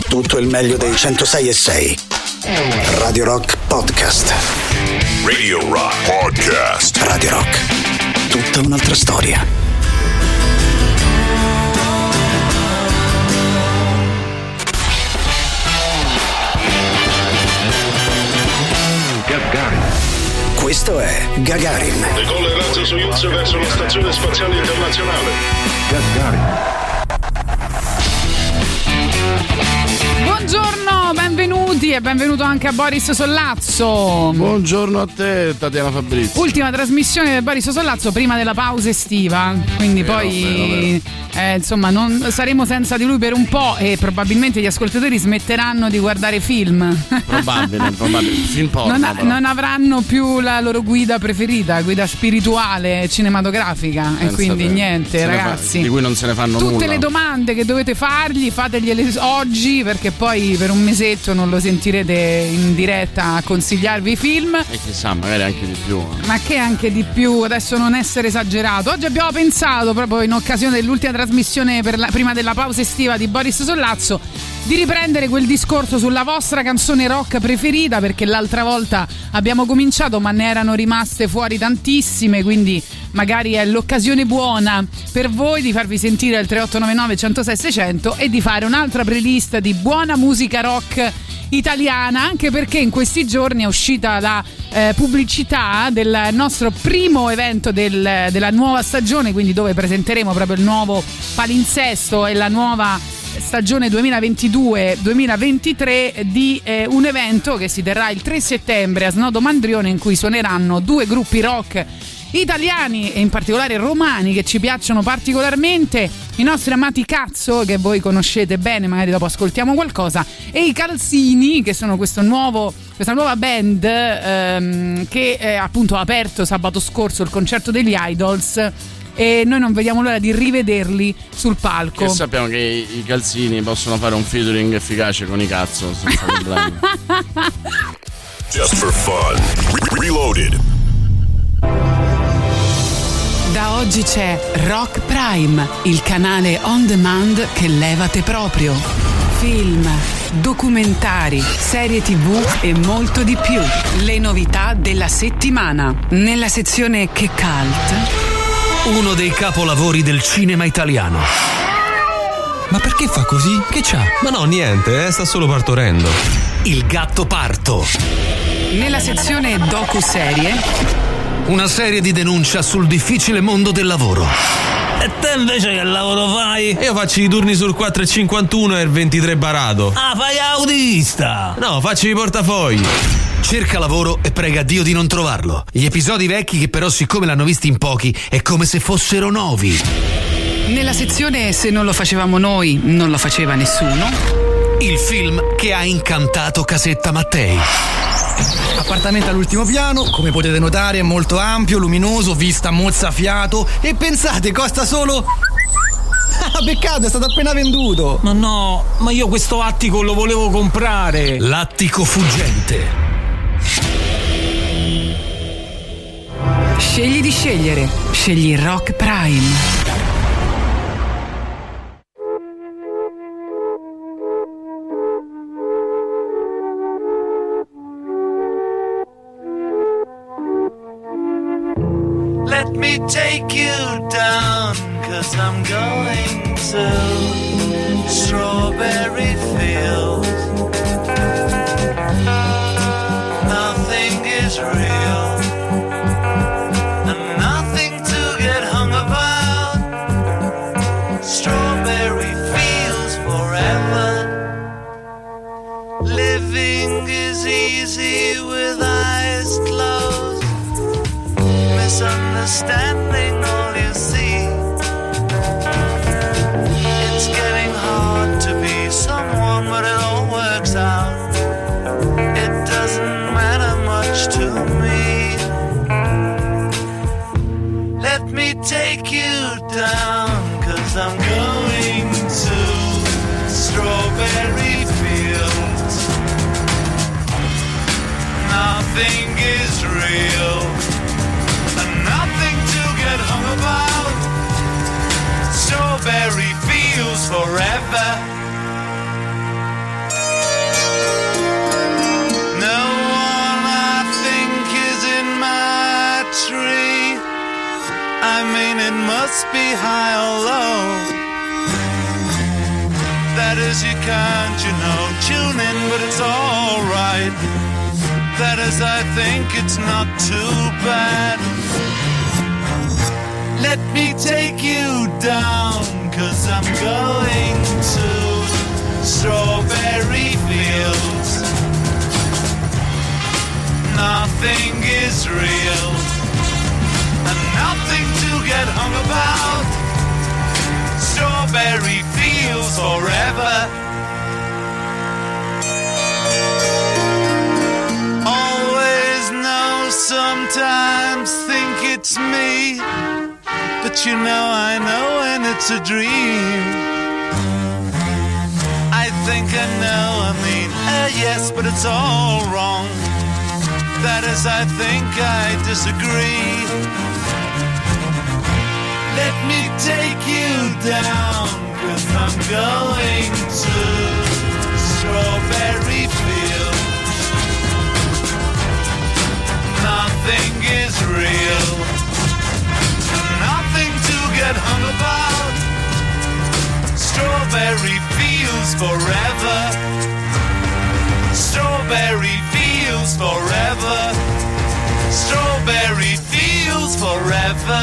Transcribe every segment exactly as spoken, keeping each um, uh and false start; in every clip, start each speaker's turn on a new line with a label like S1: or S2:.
S1: tutto il meglio dei centosei e sei. Radio Rock Podcast.
S2: Radio Rock Podcast.
S1: Radio Rock. Tutta un'altra storia.
S2: Gagarin.
S1: Questo è Gagarin.
S3: Decolla il razzo Soyuz verso la stazione spaziale internazionale.
S2: Gagarin.
S4: Buongiorno, benvenuti e benvenuto anche a Boris Sollazzo.
S5: Buongiorno a te, Tatiana Fabrizio.
S4: Ultima trasmissione del Boris Sollazzo prima della pausa estiva, quindi
S5: vero,
S4: poi
S5: vero, vero.
S4: Eh, insomma non saremo senza di lui per un po' e probabilmente gli ascoltatori smetteranno di guardare film.
S5: Probabile, probabile. Film porno,
S4: non,
S5: però.
S4: non avranno più la loro guida preferita, guida spirituale cinematografica.
S5: Pensate,
S4: e quindi niente,
S5: se ne
S4: ragazzi.
S5: fa, di cui non se ne fanno
S4: Tutte
S5: nulla.
S4: le domande che dovete fargli fategliele oggi, perché poi per un mesetto non lo sentirete in diretta a consigliarvi i film.
S5: E chissà, magari anche di più.
S4: Ma che anche di più, adesso non essere esagerato. Oggi abbiamo pensato, proprio in occasione dell'ultima trasmissione per la, prima della pausa estiva di Boris Sollazzo, di riprendere quel discorso sulla vostra canzone rock preferita, perché l'altra volta abbiamo cominciato ma ne erano rimaste fuori tantissime, quindi magari è l'occasione buona per voi di farvi sentire il tre otto nove nove, centosei, seicento e di fare un'altra playlist di buona musica rock italiana, anche perché in questi giorni è uscita la eh, pubblicità del nostro primo evento del, della nuova stagione, quindi dove presenteremo proprio il nuovo palinsesto e la nuova stagione duemilaventidue duemilaventitré di eh, un evento che si terrà il tre settembre a Snodo Mandrione, in cui suoneranno due gruppi rock italiani e in particolare romani che ci piacciono particolarmente, i nostri amati Cazzo, che voi conoscete bene, magari dopo ascoltiamo qualcosa, e i Calzini, che sono questo nuovo, questa nuova band ehm, che eh, appunto ha aperto sabato scorso il concerto degli Idols, e noi non vediamo l'ora di rivederli sul palco.
S5: Che sappiamo che i, i Calzini possono fare un featuring efficace con i Cazzo senza problemi.
S2: Just for fun. Re- Reloaded.
S6: Da oggi c'è Rock Prime, il canale on demand che levate proprio. Film, documentari, serie tv e molto di più. Le novità della settimana. Nella sezione Che Cult,
S7: uno dei capolavori del cinema italiano.
S8: Ma perché fa così? Che c'ha? Ma no, niente, eh, sta solo partorendo.
S7: Il gatto parto.
S6: nella sezione docuserie,
S7: una serie di denuncia sul difficile mondo del lavoro.
S8: E te invece che lavoro fai? Io faccio i turni sul quattro e cinquantuno e il ventitré barato.
S7: Ah, fai autista?
S8: No, faccio i portafogli.
S7: Cerca lavoro e prega Dio di non trovarlo. Gli episodi vecchi che però, siccome l'hanno visti in pochi, è come se fossero nuovi.
S6: nella sezione Se non lo facevamo noi, non lo faceva nessuno,
S7: il film che ha incantato Casetta Mattei.
S9: Appartamento all'ultimo piano, come potete notare è molto ampio, luminoso, vista mozzafiato e pensate costa solo... Ah, peccato, è stato appena venduto.
S8: Ma no, ma io questo attico lo volevo comprare.
S7: L'attico fuggente.
S6: Scegli di scegliere, scegli Rock Prime.
S10: Let me take you down, 'cause I'm going to Strawberry Fields. Nothing is real, and nothing to get hung about. Strawberry Fields forever. Living is easy with eyes closed. Misunderstanding all you see. It's getting hard to be someone, but it all works out. It doesn't matter much to me. Let me take you down, 'cause I'm going to Strawberry Fields. Nothing is real, nothing to get hung about. Strawberry Fields forever. be high or low. That is, you can't, you know, tune in, but it's alright. That is, I think it's not too bad. Let me take you down, 'cause I'm going to strawberry fields. Nothing is real, and nothing to get hung about. Strawberry fields forever. Always know, sometimes think it's me, but you know I know when it's a dream. I think I know, I mean, uh, yes, but it's all wrong. That is, I think I disagree. Let me take you down, 'cause I'm going to strawberry fields. Nothing is real, nothing to get hung about. Strawberry fields forever. Strawberry fields forever. Strawberry fields forever.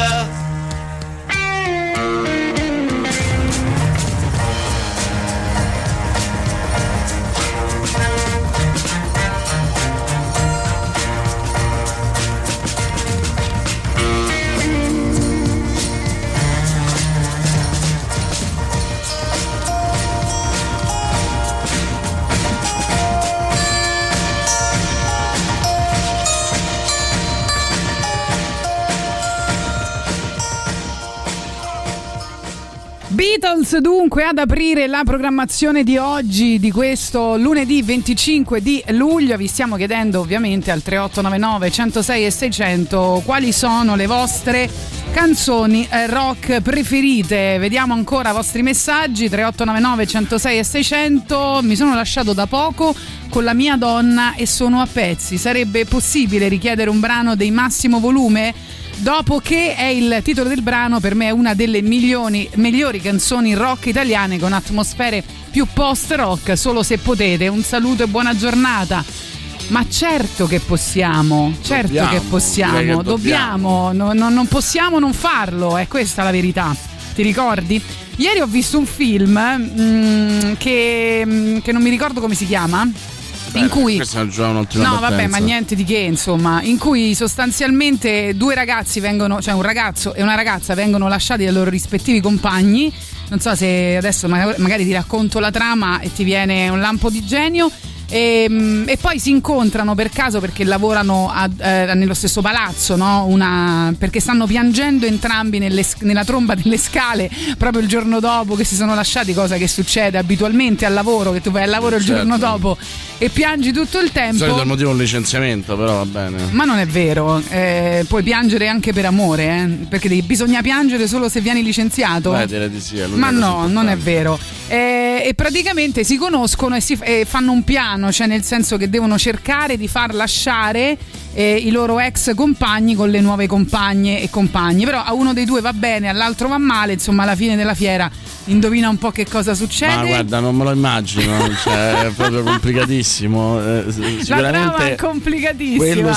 S4: Beatles dunque ad aprire la programmazione di oggi, di questo lunedì venticinque di luglio. Vi stiamo chiedendo ovviamente al tre otto nove nove, centosei e seicento quali sono le vostre canzoni eh, rock preferite. Vediamo ancora i vostri messaggi. Tre otto nove nove, centosei e seicento. Mi sono lasciato da poco con la mia donna e sono a pezzi. Sarebbe possibile richiedere un brano dei Massimo Volume? Dopo che è il titolo del brano, per me è una delle milioni, migliori canzoni rock italiane, con atmosfere più post-rock. Solo se potete. Un saluto e buona giornata. Ma certo che possiamo, certo
S5: dobbiamo,
S4: che possiamo,
S5: che
S4: dobbiamo,
S5: dobbiamo.
S4: No, no, non possiamo non farlo, è questa la verità. Ti ricordi? Ieri ho visto un film mh, che, mh, che non mi ricordo come si chiama.
S5: Beh,
S4: in cui
S5: no
S4: vabbè ma niente di che, insomma, in cui sostanzialmente due ragazzi vengono, cioè un ragazzo e una ragazza vengono lasciati dai loro rispettivi compagni. Non so se adesso magari ti racconto la trama e ti viene un lampo di genio. E, e poi si incontrano per caso perché lavorano a, eh, nello stesso palazzo, no? Una, perché stanno piangendo entrambi nelle, nella tromba delle scale proprio il giorno dopo che si sono lasciati, cosa che succede abitualmente al lavoro, che tu vai al lavoro il
S5: certo.
S4: giorno dopo e piangi tutto il tempo.
S5: Di solito il motivo è un licenziamento, però va bene.
S4: Ma non è vero, eh, puoi piangere anche per amore, eh? Perché bisogna piangere solo se vieni licenziato.
S5: Beh, direi di sì, è
S4: ma no, non è vero. Eh, e praticamente si conoscono e, si, e fanno un piano, cioè nel senso che devono cercare di far lasciare eh, i loro ex compagni con le nuove compagne e compagni. Però a uno dei due va bene, all'altro va male. Insomma, alla fine della fiera indovina un po' che cosa succede.
S5: Ma guarda, non me lo immagino, cioè, è proprio complicatissimo. Eh, sicuramente
S4: la trama è complicatissima.
S5: Quello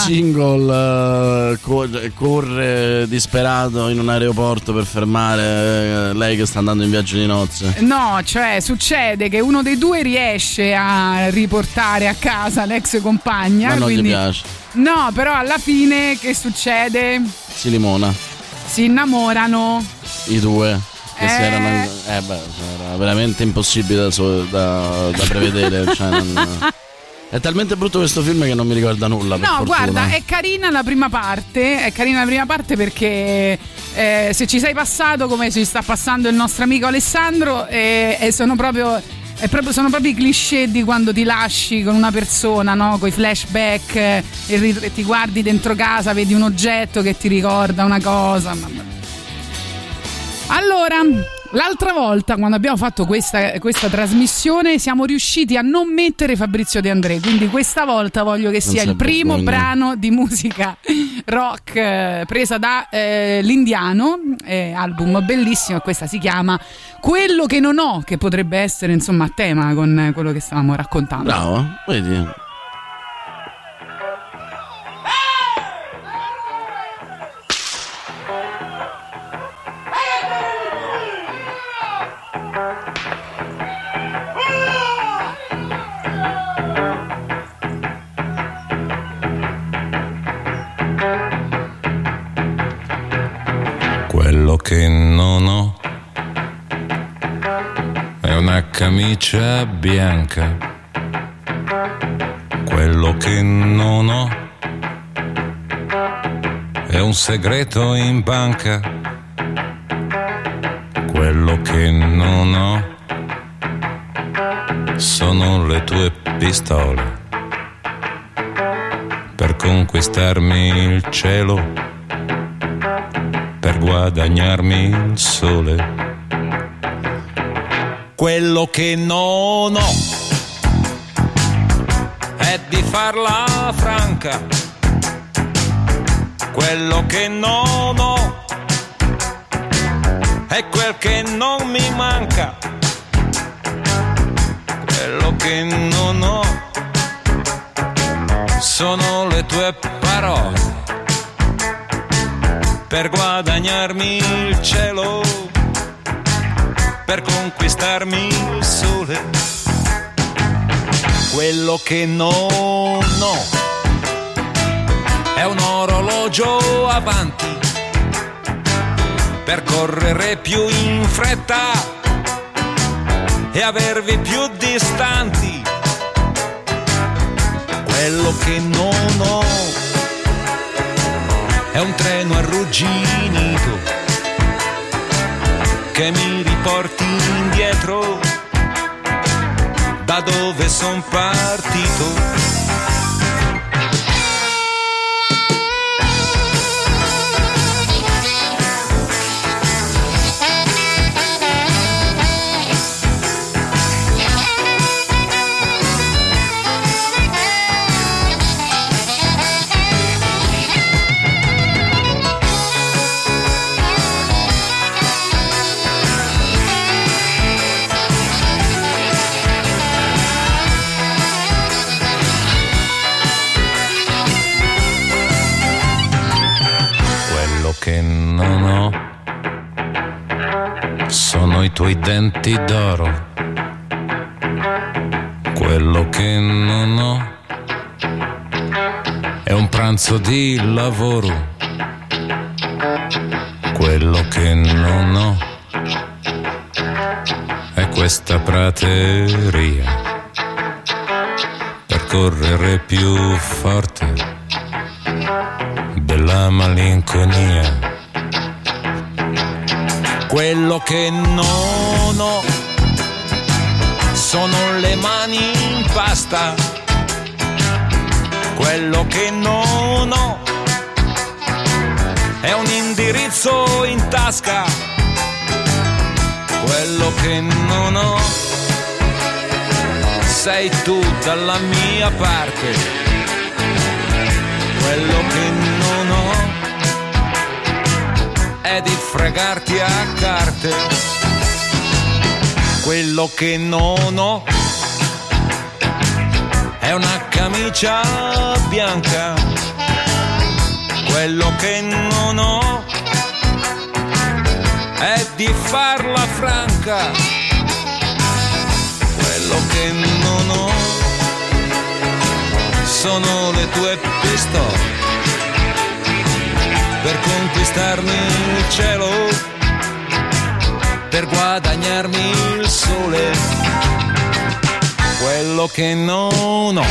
S5: single uh, cor- corre disperato in un aeroporto per fermare uh, lei che sta andando in viaggio di nozze.
S4: No, cioè succede che uno dei due riesce a riportare a casa l'ex compagna.
S5: Ma non
S4: quindi...
S5: gli piace.
S4: No, però alla fine che succede?
S5: Si limona.
S4: Si innamorano.
S5: I due. Che
S4: eh...
S5: si erano, eh beh, era veramente impossibile da, so, da, da prevedere. Cioè non, è talmente brutto questo film che non mi ricorda nulla.
S4: No,
S5: per fortuna.
S4: Guarda, è carina la prima parte. È carina la prima parte perché eh, se ci sei passato come ci sta passando il nostro amico Alessandro, eh, e sono proprio. È proprio, sono proprio i cliché di quando ti lasci con una persona, no? Con i flashback eh, e, e ti guardi dentro casa, vedi un oggetto che ti ricorda una cosa. Allora, L'altra volta, quando abbiamo fatto questa, questa trasmissione, siamo riusciti a non mettere Fabrizio De André, quindi questa volta voglio che sia il primo vergogna. brano di musica rock eh, presa da eh, l'Indiano, eh, album bellissimo, e questa si chiama Quello che non ho, che potrebbe essere insomma a tema con quello che stavamo raccontando.
S5: Bravo, vedi?
S11: Quello che non ho è una camicia bianca. Quello che non ho è un segreto in banca. Quello che non ho sono le tue pistole per conquistarmi il cielo, per guadagnarmi il sole. Quello che non ho è di farla franca. Quello che non ho è quel che non mi manca. Quello che non ho sono le tue parole per guadagnarmi il cielo, per conquistarmi il sole. Quello che non ho è un orologio avanti per correre più in fretta e avervi più distanti. Quello che non ho è un treno arrugginito che mi riporti indietro da dove son partito. Che non ho sono i tuoi denti d'oro. Quello che non ho è un pranzo di lavoro. Quello che non ho è questa prateria per correre più forte della malinconia. Quello che non ho sono le mani in pasta. Quello che non ho è un indirizzo in tasca. Quello che non ho sei tu dalla mia parte. Quello che non ho è di fregarti a carte. Quello che non ho è una camicia bianca. Quello che non ho è di farla franca. Quello che non ho sono le tue pistole per conquistarmi il cielo, per guadagnarmi il sole. Quello che non ho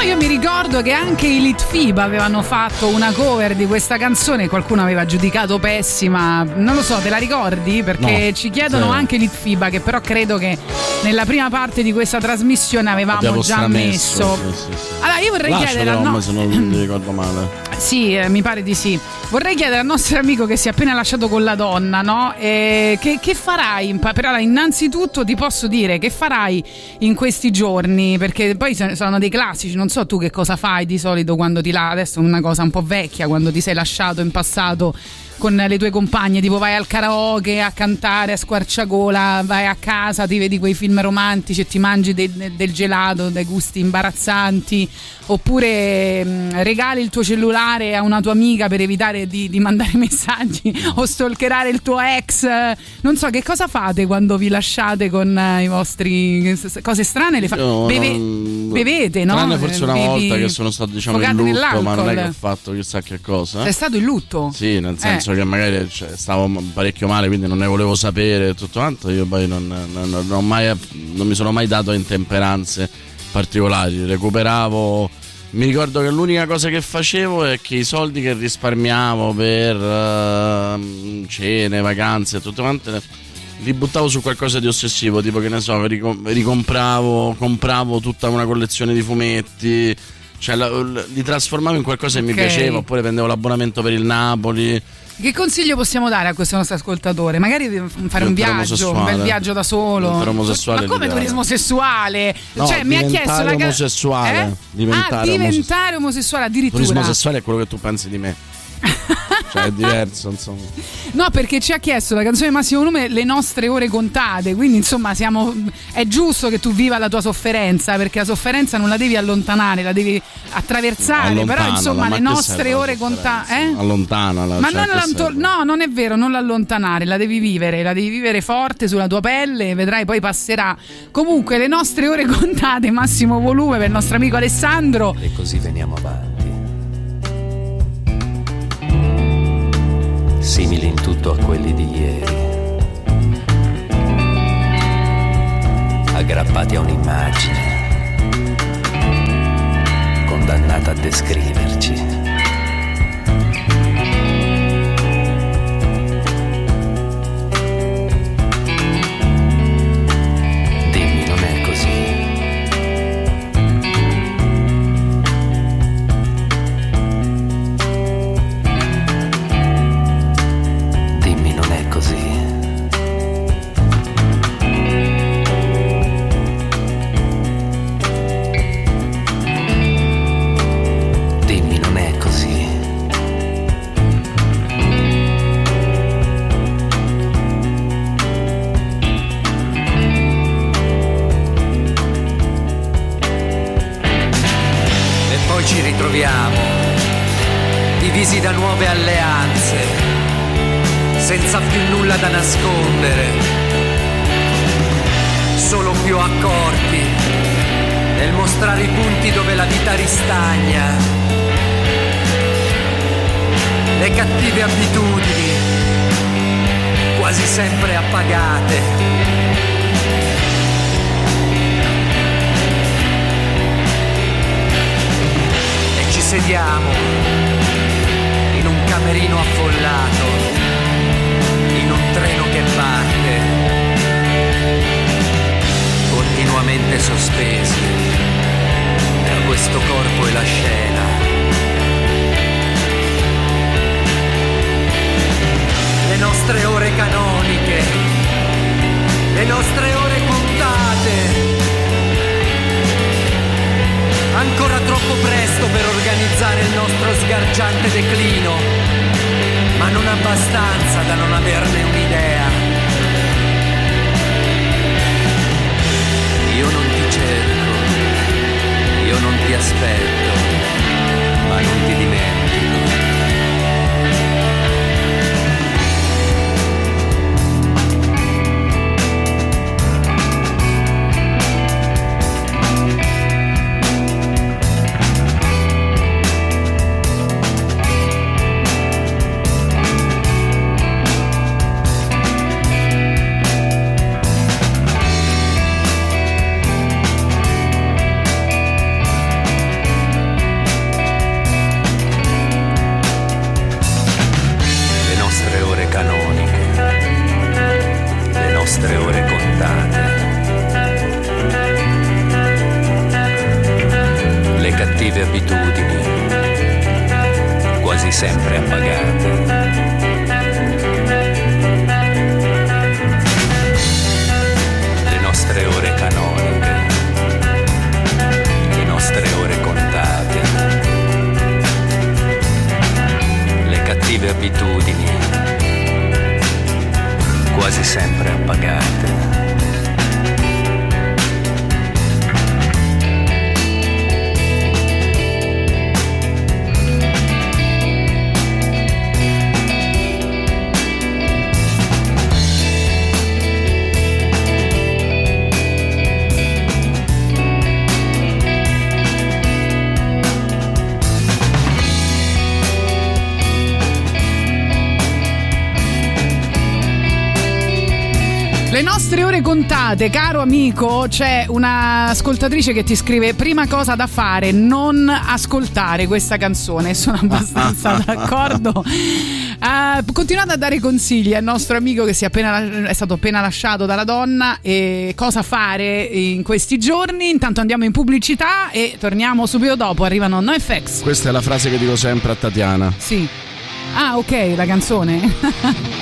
S4: Poi io mi ricordo che anche i Litfiba avevano fatto una cover di questa canzone, qualcuno aveva giudicato pessima, non lo so, te la ricordi? Perché
S5: No,
S4: ci chiedono
S5: sì.
S4: anche i Litfiba, che però credo che nella prima parte di questa trasmissione avevamo
S5: Abbiamo
S4: già
S5: stramesso,
S4: messo.
S5: sì, sì, sì.
S4: Allora io vorrei
S5: Lascia
S4: chiedere a
S5: però,
S4: no...
S5: se non mi ricordo male.
S4: Sì, eh, mi pare di sì. Vorrei chiedere al nostro amico che si è appena lasciato con la donna, no? Eh, che, che farai? in pa- Però innanzitutto ti posso dire che farai in questi giorni, perché poi sono dei classici, non so tu che cosa fai di solito quando ti la... Adesso è una cosa un po' vecchia, quando ti sei lasciato in passato con le tue compagne, tipo vai al karaoke a cantare a squarciagola, vai a casa, ti vedi quei film romantici e ti mangi del, del gelato, dai gusti imbarazzanti, oppure mh, regali il tuo cellulare a una tua amica per evitare di, di mandare messaggi o stalkerare il tuo ex. Non so, che cosa fate quando vi lasciate con eh, i vostri cose strane? Le fa-
S5: Io
S4: beve-
S5: non-
S4: bevete, no?
S5: Tranne forse una
S4: Vi-
S5: volta
S4: vi
S5: che sono stato, diciamo, in
S4: sfogate
S5: lutto, ma non è che
S4: nell'alcol.
S5: ho fatto chissà che cosa.
S4: Sei stato in lutto?
S5: Sì, nel senso
S4: Eh.
S5: che magari cioè, stavo parecchio male, quindi non ne volevo sapere e tutto quanto. Io poi non, non, non ho mai, non mi sono mai dato a intemperanze particolari. Recuperavo. Mi ricordo che l'unica cosa che facevo è che i soldi che risparmiavo per uh, cene, vacanze e tutto quanto li buttavo su qualcosa di ossessivo, tipo che ne so, ricom- ricompravo, compravo tutta una collezione di fumetti. Cioè la, li trasformavo in qualcosa che
S4: Ok.
S5: mi piaceva, oppure prendevo l'abbonamento per il Napoli.
S4: Che consiglio possiamo dare a questo nostro ascoltatore? Magari fare un
S5: Diventare
S4: viaggio, un
S5: omosessuale.
S4: bel viaggio da solo.
S5: Diventare omosessuale
S4: Ma come
S5: l'ideale.
S4: turismo sessuale?
S5: No,
S4: cioè, mi ha chiesto
S5: diventare
S4: la ca-
S5: omosessuale.
S4: Eh?
S5: Diventare
S4: ah, diventare omosessuale addirittura.
S5: Turismo sessuale è quello che tu pensi di me. Cioè è diverso, insomma.
S4: No, perché ci ha chiesto la canzone di Massimo Volume Le nostre ore contate, quindi insomma siamo, è giusto che tu viva la tua sofferenza, perché la sofferenza non la devi allontanare, la devi attraversare.
S5: Allontanala,
S4: Però insomma
S5: ma
S4: le
S5: che
S4: nostre
S5: serve la
S4: ore contate, eh?
S5: Allontanala.
S4: Ma
S5: cioè,
S4: non
S5: che
S4: l'anto-
S5: serve?
S4: no, non è vero, non l'allontanare, la devi vivere, la devi vivere forte sulla tua pelle e vedrai poi passerà. Comunque le nostre ore contate, Massimo Volume per il nostro amico Alessandro.
S12: E così veniamo avanti. Simili in tutto a quelli di ieri, aggrappati a un'immagine, condannata a descriverci. Dimmi, non è così? Dimmi, non è così? Dimmi, non è così? E poi ci ritroviamo, divisi da nuove alleanze, senza più nulla da nascondere, solo più accorti nel mostrare i punti dove la vita ristagna, le cattive abitudini quasi sempre appagate. E ci sediamo in un camerino affollato, in un treno che parte, continuamente sospesi tra questo corpo e la scena. Le nostre ore canoniche, le nostre ore contate. Ancora troppo presto per organizzare il nostro sgargiante declino, ma non abbastanza da non averne un'idea. Io non ti cerco, io non ti aspetto, ma non ti dimentico. abitudini, quasi sempre appagate. Le nostre ore canoniche, le nostre ore contate, le cattive abitudini, quasi sempre appagate.
S4: Le nostre ore contate, caro amico. C'è un'ascoltatrice che ti scrive: prima cosa da fare, non ascoltare questa canzone. Sono abbastanza d'accordo. Uh, continuate a dare consigli al nostro amico che si è, appena, è stato appena lasciato dalla donna, e cosa fare in questi giorni. Intanto andiamo in pubblicità e torniamo subito dopo. Arrivano NoFX.
S5: Questa è la frase che dico sempre a Tatiana.
S4: Sì. Ah, ok, la canzone.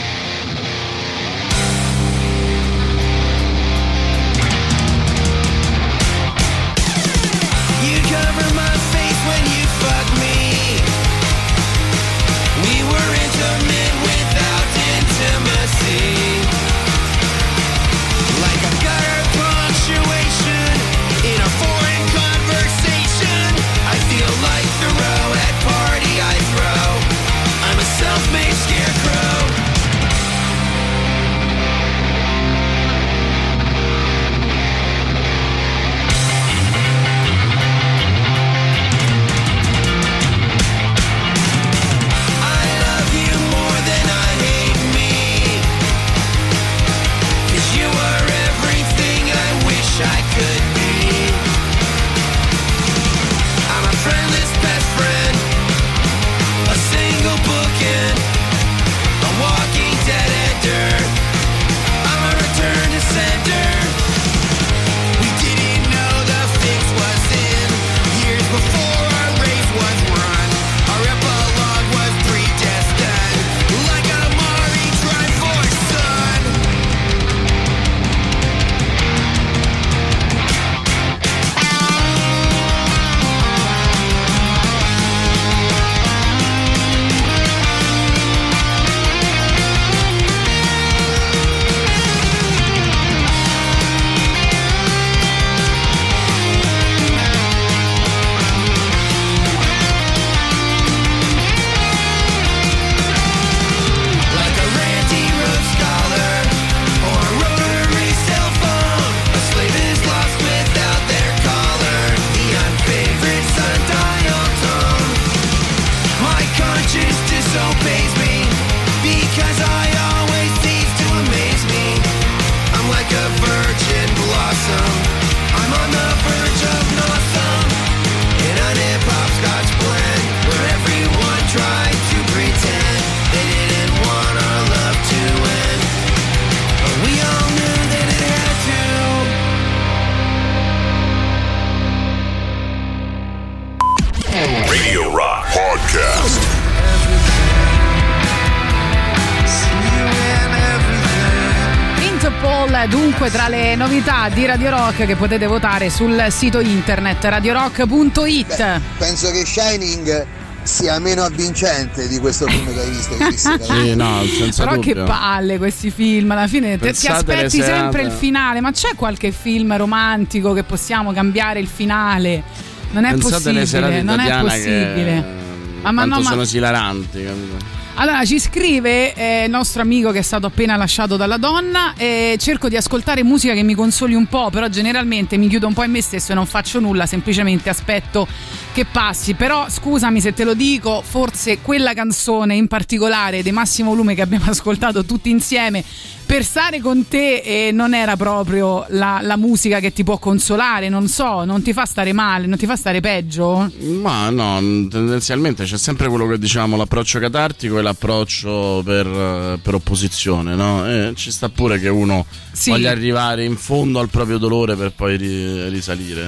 S4: Dunque, tra le novità di Radio Rock che potete votare sul sito internet radio rock punto it.
S13: Beh, penso che Shining sia meno avvincente di questo film che hai visto.
S5: Sì, no, senza
S4: Però
S5: dubbio.
S4: Che palle questi film, alla fine te, ti aspetti
S5: serate.
S4: sempre il finale. Ma c'è qualche film romantico che possiamo cambiare il finale? Non è
S5: Pensate
S4: possibile,
S5: alle serate
S4: non è
S5: Tatiana
S4: possibile.
S5: che,
S4: Ma, ma
S5: quanto
S4: no, ma...
S5: sono esilaranti, capito?
S4: Allora ci scrive eh, il nostro amico che è stato appena lasciato dalla donna: eh, cerco di ascoltare musica che mi consoli un po', però generalmente mi chiudo un po' in me stesso e non faccio nulla, semplicemente aspetto che passi. Però scusami se te lo dico, forse quella canzone in particolare di Massimo Volume che abbiamo ascoltato tutti insieme per stare con te eh, non era proprio la, la musica che ti può consolare, non so, non ti fa stare male, non ti fa stare peggio?
S5: Ma no, tendenzialmente c'è sempre quello che diciamo, l'approccio catartico e l'approccio per, per opposizione, no? E ci sta pure che uno
S4: sì.
S5: voglia arrivare in fondo al proprio dolore per poi ri, risalire.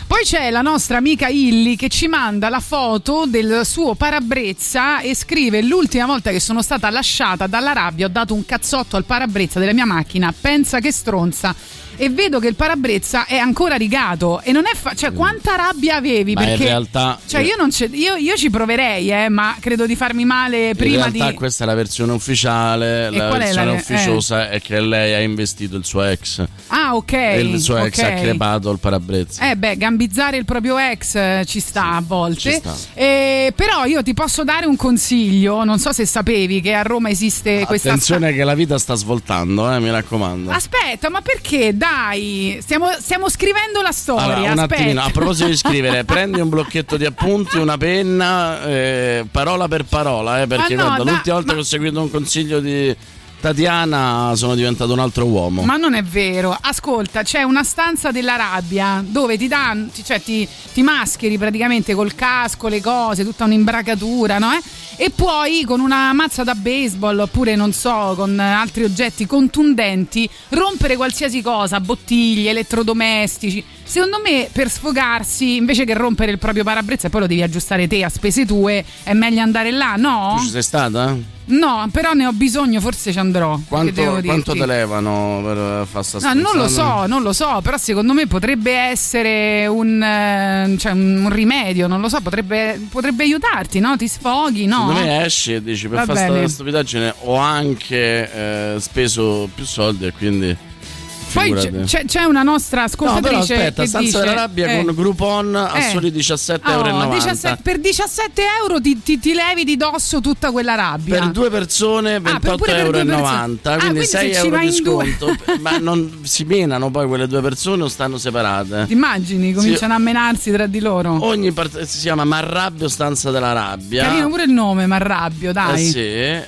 S4: Poi c'è la nostra amica Illy che ci manda la foto del suo parabrezza e scrive: l'ultima volta che sono stata lasciata dalla rabbia ho dato un cazzotto al parabrezza della mia macchina, pensa che stronza. E vedo che il parabrezza è ancora rigato e non è fa- cioè quanta rabbia avevi?
S5: Ma
S4: perché
S5: in realtà
S4: cioè io non c'è, io, io ci proverei eh, ma credo di farmi male prima
S5: in realtà
S4: di
S5: questa è la versione ufficiale.
S4: E
S5: la
S4: qual è
S5: versione
S4: la-
S5: ufficiosa è che lei ha investito il suo ex
S4: ah ok
S5: e il suo ex
S4: ok.
S5: ha crepato il parabrezza.
S4: Eh beh, gambizzare il proprio ex eh, ci sta a volte.
S5: ci sta.
S4: Eh, però io ti posso dare un consiglio, non so se sapevi che a Roma esiste questa
S5: Attenzione che la vita sta svoltando, eh, mi raccomando.
S4: Aspetta, ma perché? Dai, stiamo, stiamo scrivendo la storia.
S5: Allora, un
S4: aspetta.
S5: attimino, a proposito di scrivere, prendi un blocchetto di appunti, una penna, eh, parola per parola, eh, perché
S4: Ma no,
S5: guarda,
S4: da-
S5: l'ultima volta
S4: ma-
S5: che ho seguito un consiglio di Tatiana sono diventato un altro uomo.
S4: Ma non è vero, ascolta, c'è una stanza della rabbia dove ti danno, cioè ti, ti mascheri praticamente col casco, le cose, tutta un'imbracatura, no? Eh? E poi con una mazza da baseball oppure non so, con altri oggetti contundenti rompere qualsiasi cosa, bottiglie, elettrodomestici. Secondo me per sfogarsi, invece che rompere il proprio parabrezza e poi lo devi aggiustare te a spese tue, è meglio andare là, no?
S5: Tu ci sei stata?
S4: No, però ne ho bisogno, forse ci andrò. che
S5: Quanto,
S4: devo
S5: quanto
S4: dirti.
S5: te levano per fare sta
S4: No, non lo
S5: stronzata?
S4: so, non lo so, però secondo me potrebbe essere un, eh, cioè un rimedio, non lo so, potrebbe, potrebbe aiutarti, no? Ti sfoghi, no?
S5: Secondo me esci e dici per
S4: Va
S5: fare
S4: bene.
S5: questa stupidaggine ho anche eh, speso più soldi e quindi
S4: Poi
S5: figurati.
S4: c'è, c'è una nostra
S5: No, però
S4: ascoltatrice
S5: aspetta,
S4: che
S5: Stanza
S4: dice,
S5: della Rabbia
S4: eh,
S5: con Groupon a
S4: eh.
S5: soli diciassette
S4: oh,
S5: euro e novanta.
S4: diciassette per diciassette euro ti, ti, ti levi di dosso tutta quella rabbia.
S5: Per due persone ventotto
S4: pure per
S5: euro e
S4: due
S5: novanta,
S4: persone. Ah,
S5: quindi
S4: quindi se
S5: sei
S4: ci
S5: euro
S4: vai
S5: di
S4: in due.
S5: sconto. Ma non si menano poi quelle due persone o stanno separate?
S4: Ti immagini? Cominciano a menarsi tra di loro.
S5: Ogni part- si chiama Marrabbio Stanza della Rabbia.
S4: Carino pure il nome, ma arrabbio, dai.
S5: Eh sì, e,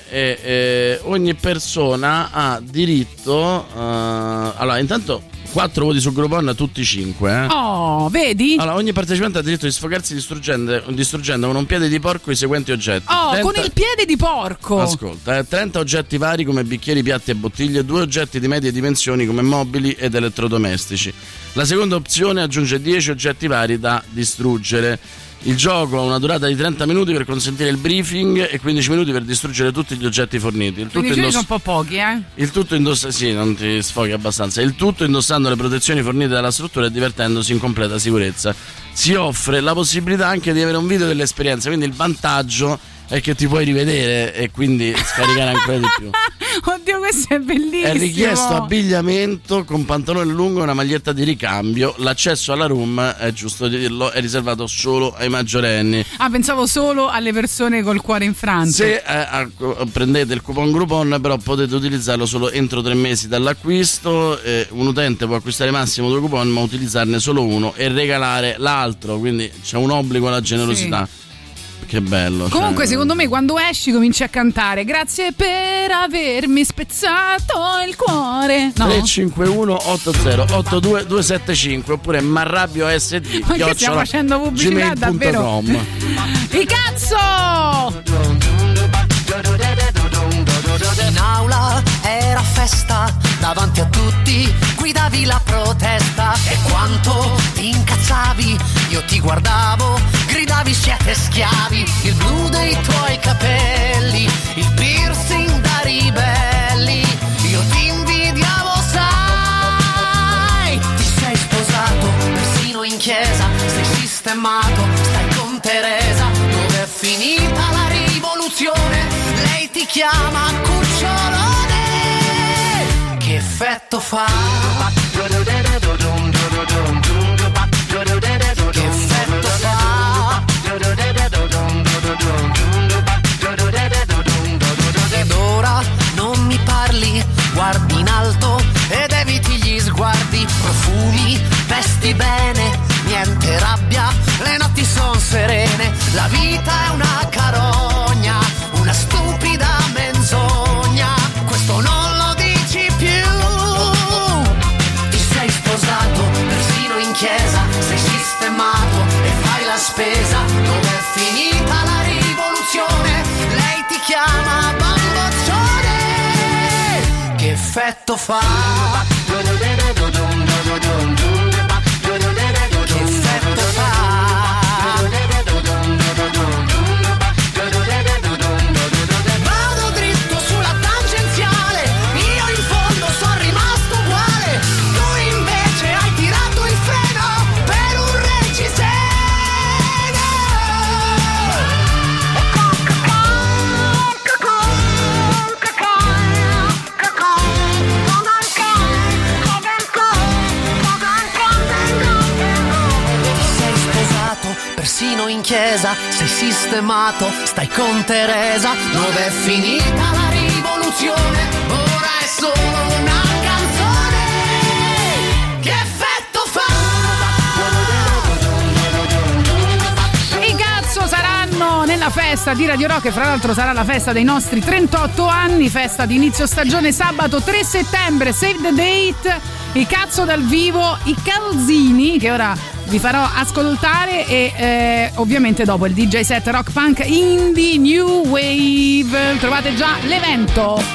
S5: e ogni persona ha diritto. eh, allora, intanto quattro voti su Groupon, tutti cinque. Eh.
S4: Oh, vedi?
S5: Allora, ogni partecipante ha diritto di sfogarsi distruggendo, distruggendo con un piede di porco i seguenti oggetti.
S4: Oh,
S5: trenta
S4: con il piede di porco.
S5: Ascolta, eh, trenta oggetti vari come bicchieri, piatti e bottiglie, due oggetti di medie dimensioni come mobili ed elettrodomestici. La seconda opzione aggiunge dieci oggetti vari da distruggere. Il gioco ha una durata di trenta minuti per consentire il briefing e quindici minuti per distruggere tutti gli oggetti forniti. Il tutto,
S4: Quindi
S5: indoss-
S4: sono un po' pochi, eh?
S5: il tutto indossa- sì, non ti sfoghi abbastanza. Il tutto indossando le protezioni fornite dalla struttura e divertendosi in completa sicurezza. Si offre la possibilità anche di avere un video dell'esperienza, quindi il vantaggio è che ti puoi rivedere e quindi scaricare ancora di più.
S4: Oddio, questo è bellissimo.
S5: È richiesto abbigliamento con pantalone lungo e una maglietta di ricambio. L'accesso alla room, è giusto dirlo, è riservato solo ai maggiorenni.
S4: Ah, pensavo solo alle persone col cuore infranto.
S5: Se eh, acc- prendete il coupon Groupon, però potete utilizzarlo solo entro tre mesi dall'acquisto. Eh, un utente può acquistare massimo due coupon, ma utilizzarne solo uno e regalare l'altro. Quindi c'è un obbligo alla generosità.
S4: Sì.
S5: Che bello.
S4: Comunque,
S5: cioè...
S4: secondo me, quando esci cominci a cantare grazie per avermi spezzato il cuore. No?
S5: tre cinque uno otto zero otto due due sette cinque oppure Marrabbio S D.
S4: Ma che stiamo facendo pubblicità davvero? Il cazzo!
S14: In aula era festa, davanti a tutti guidavi la protesta. E quanto ti incazzavi, io ti guardavo, gridavi siete schiavi. Il blu dei tuoi capelli, il piercing da ribelli, io ti invidiavo, sai. Ti sei sposato, persino in chiesa, sei sistemato, stai con Teresa. Dove è finita la rivoluzione? Lei ti chiama cucciolone. Che effetto fa? Che effetto fa? Ed ora non mi parli, guardi in alto ed eviti gli sguardi. Profumi, vesti bene, niente rabbia, le notti son serene. La vita è una carogna, una stupida menzogna. Questo non lo dici più. Ti sei sposato, persino in chiesa, sei sistemato e fai la spesa. Dove è finita la rivoluzione? Lei ti chiama bamboccione. Che effetto fa? Che effetto chiesa, sei sistemato, stai con Teresa. Dove è finita la rivoluzione? Ora è solo una canzone. Che effetto fa?
S4: I cazzo saranno nella festa di Radio Rock, e fra l'altro sarà la festa dei nostri trentotto anni, festa di inizio stagione, sabato tre settembre, save the date. I cazzo dal vivo, i Calzini, che ora vi farò ascoltare, e eh, ovviamente dopo il D J set rock punk indie new wave. Trovate già l'evento.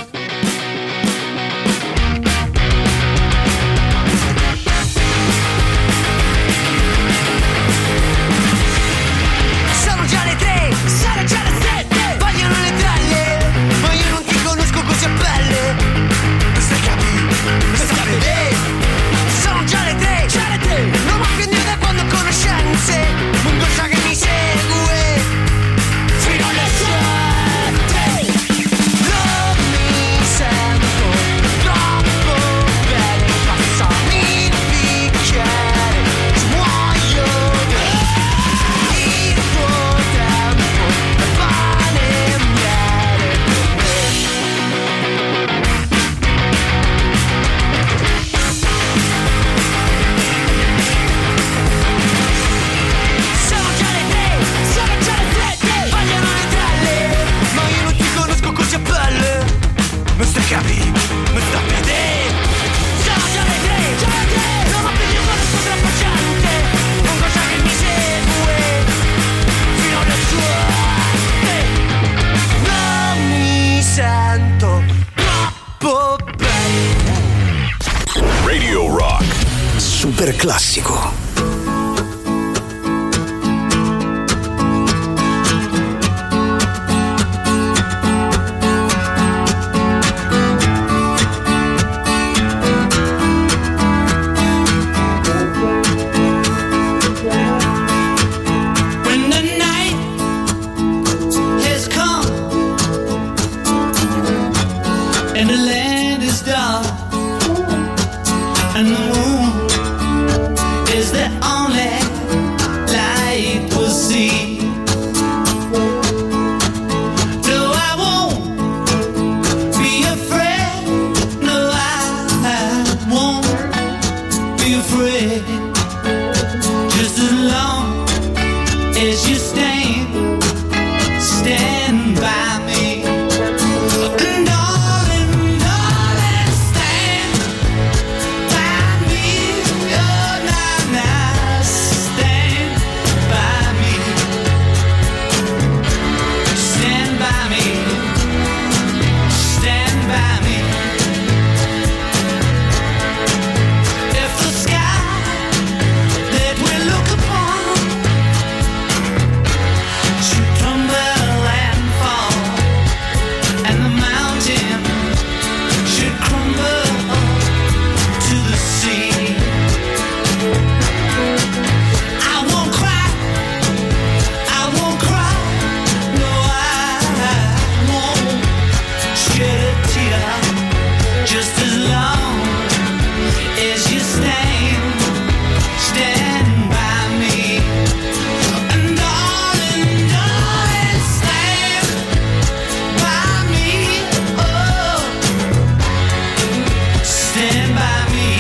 S15: Sono già le tre, sono già le sette, vogliono le tralle, ma io non ti conosco così a pelle. Mi stai capendo, mi stai vedendo. Sono già le tre, già le tre, non ho più niente quando conoscenze, un'angoscia che mi segue fino alle sette. Non mi sento troppo bene, passami il bicchiere, ci muoio il tuo tempo è pane e miele per me. Sono già le tre, sono già le sette, vogliono le tralle, ma io non ti conosco così a pelle. Mi stai capendo, mi stai vedendo. Sono già le tre, già le tre, non ho più di conosco troppa gente, un'angoscia che mi segue fino alle sette. Non mi sento troppo bene.
S2: Radio Rock.
S1: Super classico.
S15: When the night has come and the land is dark and the moon is the only light we'll see. No, I won't be afraid. No, I won't be afraid. Just as long as you stand, stand by me. And darling, darling, stand by me. Oh, now, now, stand by me. Stand by me. Stand by me. If the sky that we look upon should crumble and fall, and the mountain should crumble to the sea, I won't cry, I won't cry, no, I won't shed a tear, just as long as you stand, stand by me. And darling, darling, stand by me. Oh, stand by me.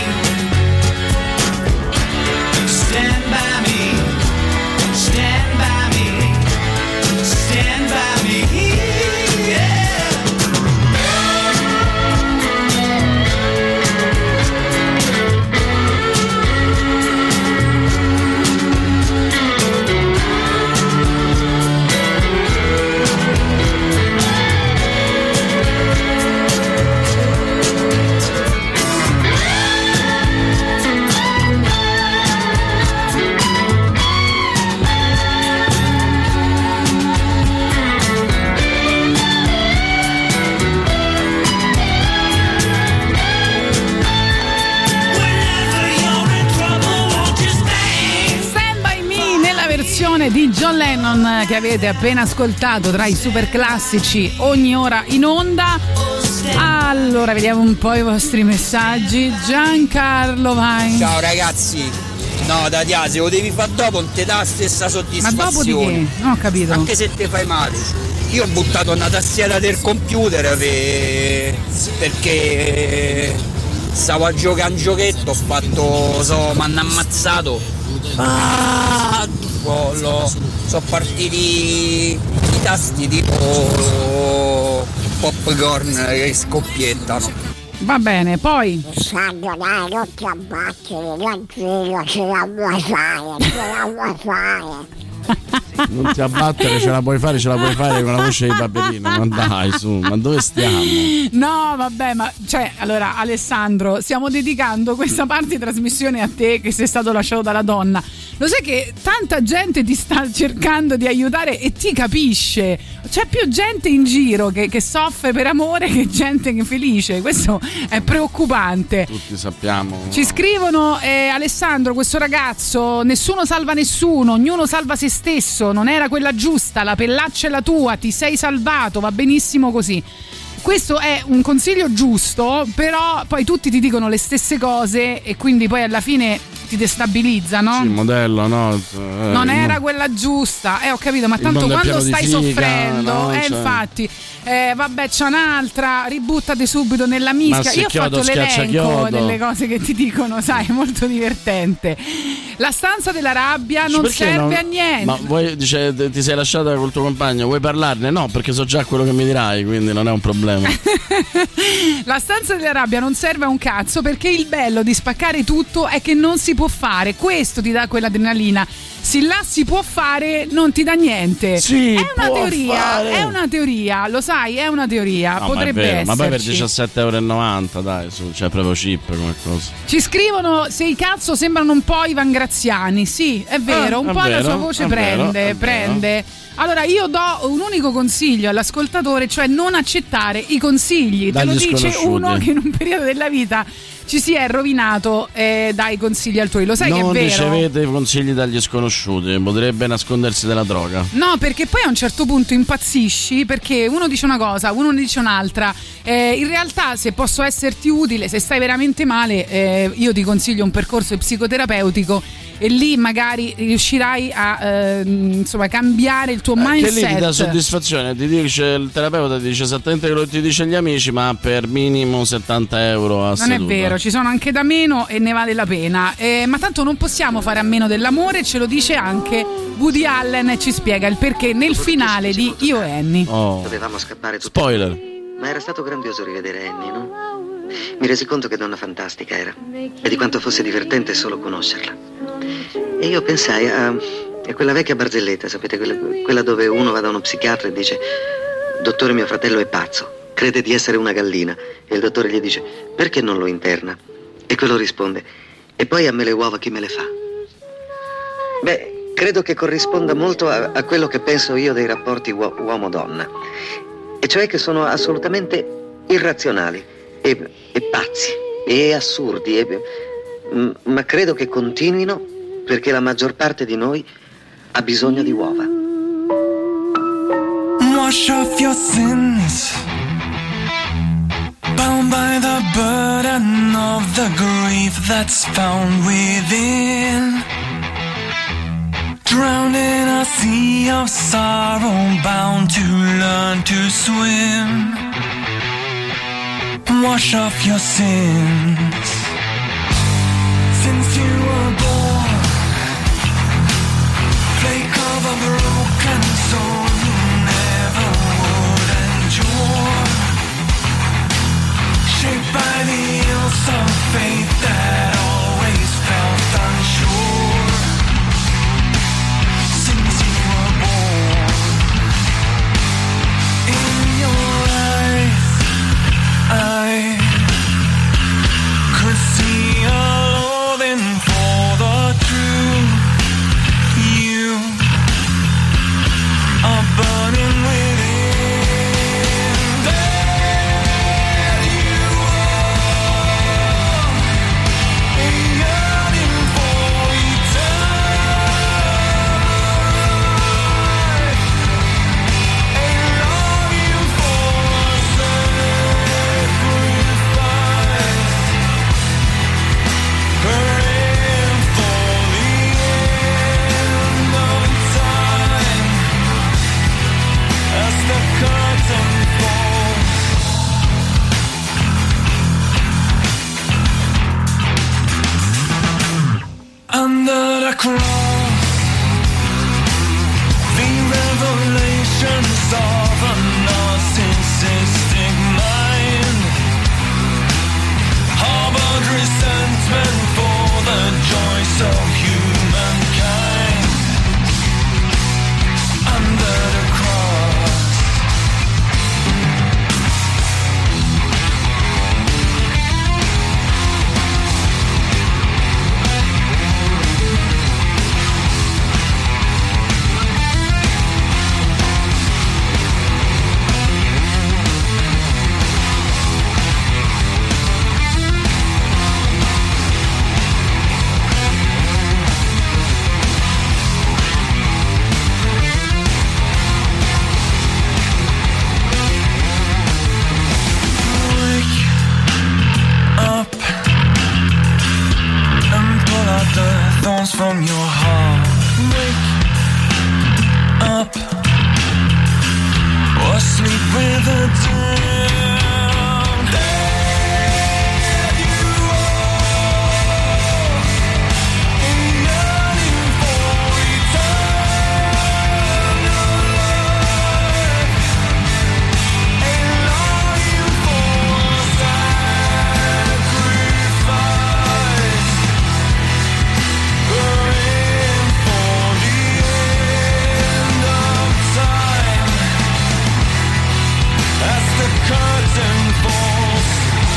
S15: Stand by me. Stand by me. Stand by me. Yeah.
S4: Stand by me nella versione di John Lennon che avete appena ascoltato tra i super classici ogni ora in onda. Allora, vediamo un po' i vostri messaggi. Giancarlo Vai.
S16: Ciao ragazzi, No, Tatia, se lo devi fare dopo non ti dà la stessa soddisfazione.
S4: Ma dopo di che? Non ho capito.
S16: Anche se ti fai male. Io ho buttato una tastiera del computer per... perché stavo a giocare un giochetto, ho fatto, so, mi hanno ammazzato. Ah, lo, sono partiti i tasti tipo popcorn che scoppiettano.
S4: Va bene, poi
S17: Sando, dai, non ti abbattere, non zio, ce la vuoi fare, ce la vuoi fare.
S5: Non ti abbattere, ce la puoi fare, ce la puoi fare con la voce di Paperino. Ma dai, su, ma dove stiamo?
S4: No, vabbè, ma cioè, allora, Alessandro, stiamo dedicando questa parte di trasmissione a te che sei stato lasciato dalla donna. Lo sai che tanta gente ti sta cercando di aiutare e ti capisce. C'è più gente in giro che, che soffre per amore che gente che è felice. Questo è preoccupante.
S5: Tutti sappiamo.
S4: Ci scrivono, eh, Alessandro, questo ragazzo, nessuno salva nessuno, ognuno salva se stesso, non era quella giusta, la pellaccia è la tua, ti sei salvato, va benissimo così. Questo è un consiglio giusto, però poi tutti ti dicono le stesse cose e quindi poi alla fine ti destabilizza, no?
S5: Sì, il modello, no? Eh,
S4: non era quella giusta, eh ho capito, ma tanto quando stai figa, soffrendo, no? eh cioè... infatti, eh, vabbè c'è un'altra, ributtate subito nella mischia. Io ho fatto l'elenco delle cose che ti dicono, sai, molto divertente. La stanza della rabbia non perché serve non... a niente.
S5: Ma vuoi, dice, ti sei lasciata col tuo compagno, vuoi parlarne? No, perché so già quello che mi dirai, quindi non è un problema.
S4: La stanza della rabbia non serve a un cazzo, perché il bello di spaccare tutto è che non si può fare, questo ti dà quell'adrenalina. Se là si può fare, non ti dà niente.
S5: Sì,
S4: è una teoria,
S5: fare.
S4: è una teoria, lo sai, è una teoria.
S5: No,
S4: potrebbe essere.
S5: Ma poi per diciassette virgola novanta euro, dai, su, c'è proprio cheap come cosa.
S4: Ci scrivono se i cazzo sembrano un po' Ivan Graziani. Sì, è vero, un
S5: eh,
S4: po'
S5: vero,
S4: la sua voce
S5: è
S4: prende,
S5: vero,
S4: prende.
S5: Vero.
S4: Allora io do un unico consiglio all'ascoltatore, cioè non accettare i consigli. Te lo dice uno che in un periodo della vita ci si è rovinato e dai consigli altrui. Lo sai
S5: non
S4: che è vero?
S5: Non ricevete consigli dagli sconosciuti, potrebbe nascondersi della droga.
S4: No, perché poi a un certo punto impazzisci, perché uno dice una cosa, uno ne dice un'altra. Eh, in realtà, se posso esserti utile, se stai veramente male, eh, io ti consiglio un percorso psicoterapeutico e lì magari riuscirai a eh, insomma cambiare il tuo
S5: eh,
S4: mindset.
S5: Che lì ti dà soddisfazione, ti dice il terapeuta, ti dice esattamente quello che ti dice gli amici, ma per minimo settanta euro a
S4: non
S5: seduta.
S4: È vero, ci sono anche da meno e ne vale la pena, eh, ma tanto non possiamo fare a meno dell'amore, ce lo dice anche Woody Allen e ci spiega il perché nel finale di Io e Annie.
S5: Oh.
S18: Dovevamo scappare tutti.
S5: Spoiler.
S18: Ma era stato grandioso rivedere Annie, no? Mi resi conto che donna fantastica era e di quanto fosse divertente solo conoscerla. E io pensai a, a quella vecchia barzelletta, sapete, quella, quella dove uno va da uno psichiatra e dice: dottore, mio fratello è pazzo, crede di essere una gallina. E il dottore gli dice: perché non lo interna? E quello risponde: e poi a me le uova chi me le fa? Beh, credo che corrisponda molto a, a quello che penso io dei rapporti uo- uomo-donna, e cioè che sono assolutamente irrazionali e, e pazzi e assurdi, e, m- ma credo che continuino perché la maggior parte di noi ha bisogno di uova.
S19: Wash off your sins, bound by the burden of the grief that's found within. Drowned in a sea of sorrow, bound to learn to swim. Wash off your sins. Since you were born, flake of a broken soul you never would endure. Shaped by the ills of faith that always felt unsure. Since you were born, in your eyes I could see a loathing for the truth. You, a from your heart. Wake up or sleep with a down. There you are, yearning for eternal life, and longing for sacrifice, burning for the end of time. As the curtain falls,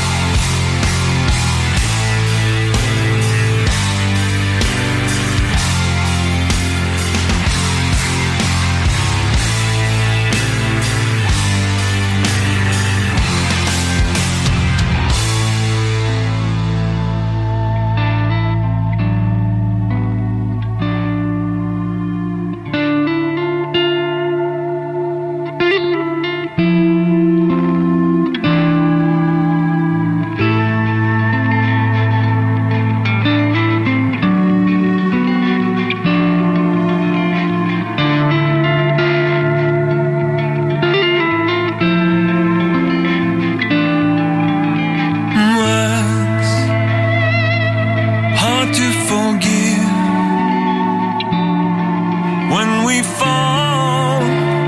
S19: words hard to forgive when we fall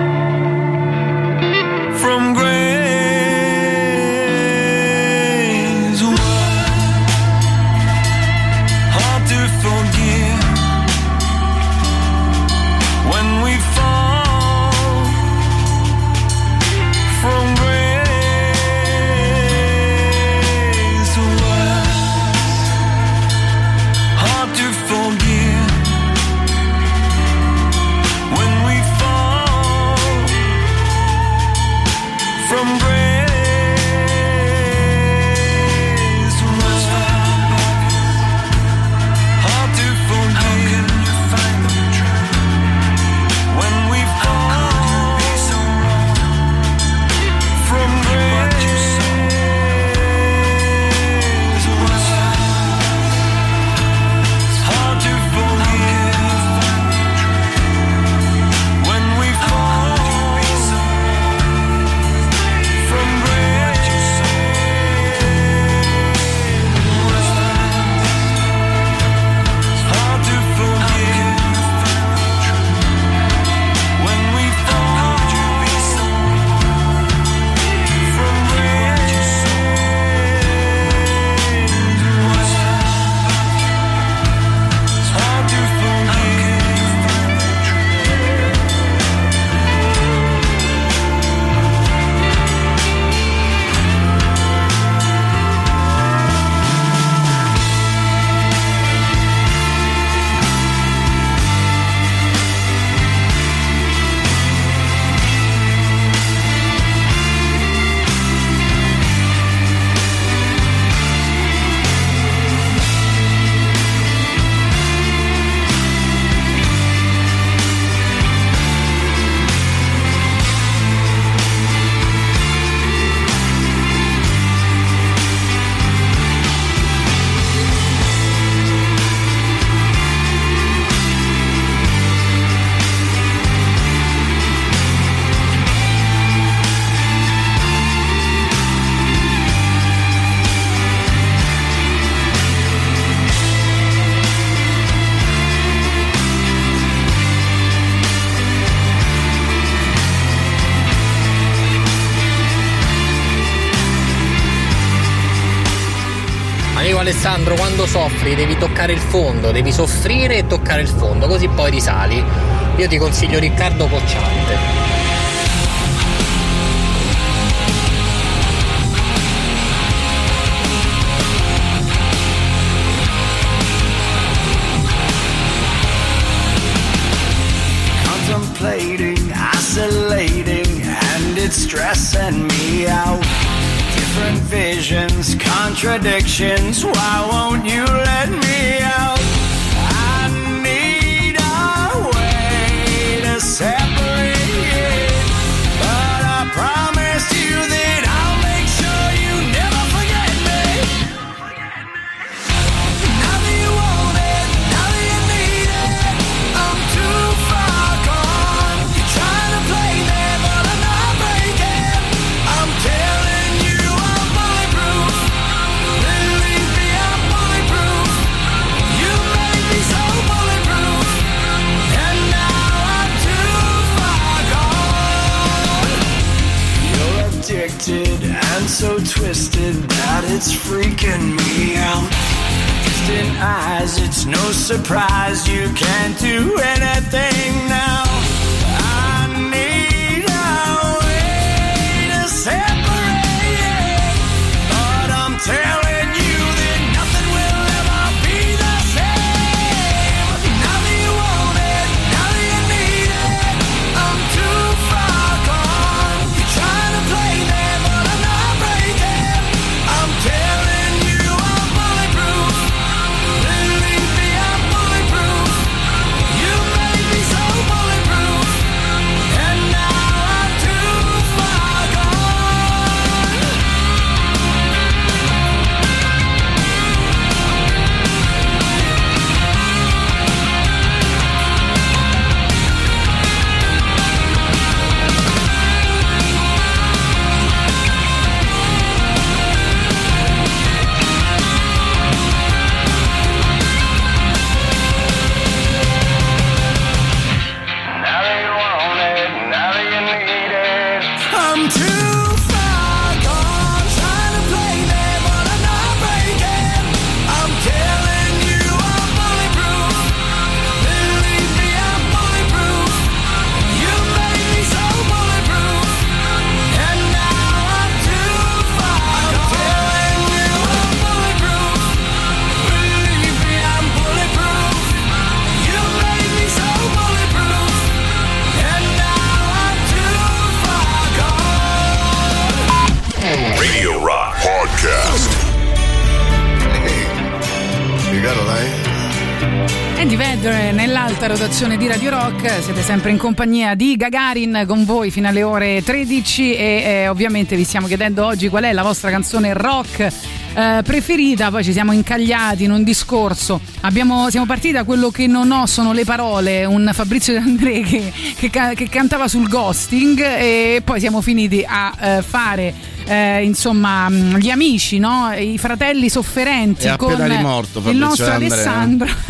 S19: from grace. Words hard to forgive when we fall from grace. Words hard to forgive when we fall from grace. Words hard to forgive when we fall from grace. Words hard to forgive when we fall from grace. Hard to forgive when we fall from grace. Hard to forgive
S20: Amico Alessandro, quando soffri devi toccare il fondo, devi soffrire e toccare il fondo, così poi risali. Io ti consiglio Riccardo Cocciante.
S19: Contemplating, isolating, and it's stressing me out. Different visions, contradictions. Why won't you let me out? I need a way to separate it, but I promised you that I'll make sure you never forget me. Now that you want it, now that you need it's freaking me out. Distant eyes, it's no surprise you can't do anything now. I need a way to separate, but I'm telling you that nothing will ever be the same. Now that you want it, now that you need it, I'm too far gone. You're trying to play me, but I'm not breaking. I'm telling you I'm bulletproof. Believe me, I'm bulletproof. You made me so bulletproof, and now I'm too far gone. Now that you want it, now that you need it, I'm too far gone. Trying to play me, but I'm not breaking. I'm telling you I'm bulletproof. Believe me, I'm bulletproof. You made me so bulletproof, and now I'm too far gone. I'm telling you I'm bulletproof. Believe me, I'm bulletproof. You made me so bulletproof, and now I'm too far gone.
S2: Radio Rock Podcast.
S3: You got a line?
S4: Eddie Vedder nell'alta rotazione di Radio Rock, siete sempre in compagnia di Gagarin con voi fino alle ore tredici e eh, ovviamente vi stiamo chiedendo oggi qual è la vostra canzone rock eh, preferita. Poi ci siamo incagliati in un discorso, abbiamo, siamo partiti da quello che non ho sono le parole, un Fabrizio De André che, che, che cantava sul ghosting, e poi siamo finiti a eh, fare Eh, insomma gli amici, no? I fratelli sofferenti,
S5: è
S4: con
S5: appena rimorto
S4: il nostro
S5: Fabrizio De André,
S4: Alessandro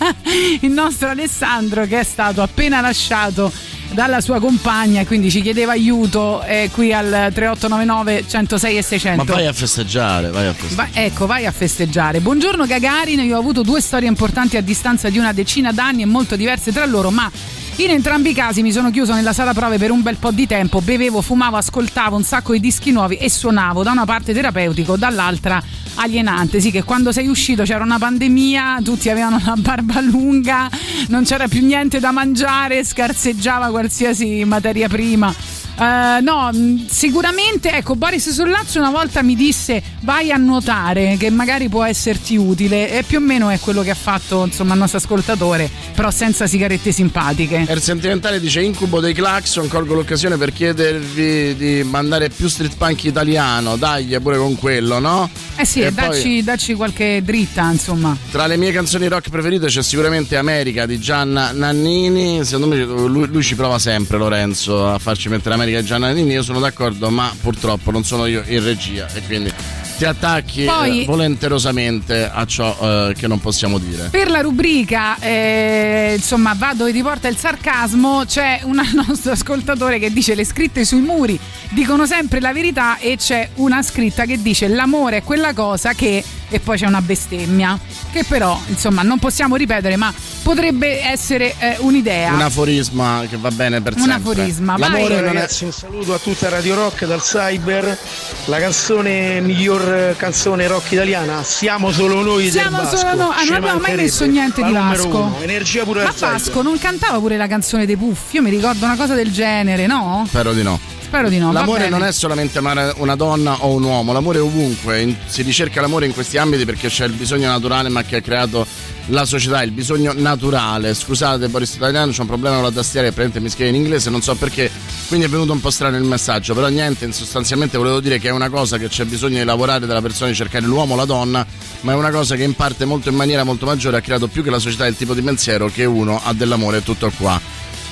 S4: il nostro Alessandro che è stato appena lasciato dalla sua compagna e quindi ci chiedeva aiuto eh, qui al tre otto nove nove centosei e seicento.
S5: ma vai a festeggiare, vai a festeggiare.
S4: Va, ecco, vai a festeggiare. Buongiorno Gagarin, io ho avuto due storie importanti a distanza di una decina d'anni e molto diverse tra loro, ma in entrambi i casi mi sono chiuso nella sala prove per un bel po' di tempo, bevevo, fumavo, ascoltavo un sacco di dischi nuovi e suonavo, da una parte terapeutico, dall'altra alienante. Sì, che quando sei uscito c'era una pandemia, tutti avevano la barba lunga, non c'era più niente da mangiare, scarseggiava qualsiasi materia prima. Uh, no, sicuramente, ecco, Boris Sollazzo una volta mi disse vai a nuotare, che magari può esserti utile, e più o meno è quello che ha fatto, insomma, il nostro ascoltatore, però senza sigarette simpatiche.
S5: Er Sentimentale dice incubo dei Claxon, colgo l'occasione per chiedervi di mandare più street punk italiano, dai pure con quello, no?
S4: Eh sì, e dacci, poi, dacci qualche dritta, insomma.
S5: Tra le mie canzoni rock preferite c'è sicuramente America di Gianna Nannini. Secondo me lui, lui ci prova sempre, Lorenzo, a farci mettere America di Gianna Nannini. Io sono d'accordo, ma purtroppo non sono io in regia e quindi ti attacchi Poi, eh, volenterosamente a ciò eh, che non possiamo dire.
S4: Per la rubrica eh, insomma va dove ti porta il sarcasmo, c'è un nostro ascoltatore che dice le scritte sui muri dicono sempre la verità, e c'è una scritta che dice l'amore è quella cosa che, e poi c'è una bestemmia che però insomma non possiamo ripetere, ma potrebbe essere eh, un'idea,
S5: un aforisma che va bene per
S4: un
S5: sempre.
S4: aforisma.
S21: L'amore,
S4: Vai.
S21: Ragazzi, un saluto a tutta Radio Rock dal Cyber. La canzone miglior canzone rock italiana, siamo solo noi.
S4: Siamo
S21: del Vasco.
S4: solo noi. Ah, non abbiamo mai messo niente di Vasco.
S21: Energia pure.
S4: Ma Vasco non cantava pure la canzone dei Puffi? Io mi ricordo una cosa del genere, no?
S5: Spero di no.
S4: Spero di no.
S5: L'amore non è solamente amare una donna o un uomo, l'amore è ovunque. Si ricerca l'amore in questi ambiti perché c'è il bisogno naturale, ma che ha creato la società, il bisogno naturale. Scusate, Boris Italiano, c'è un problema con la tastiera e praticamente mi scrive in inglese, non so perché, quindi è venuto un po' strano il messaggio, però niente, sostanzialmente volevo dire che è una cosa che c'è bisogno di lavorare dalla persona, di cercare l'uomo o la donna, ma è una cosa che in parte molto in maniera molto maggiore ha creato più che la società il tipo di pensiero che uno ha dell'amore, tutto qua.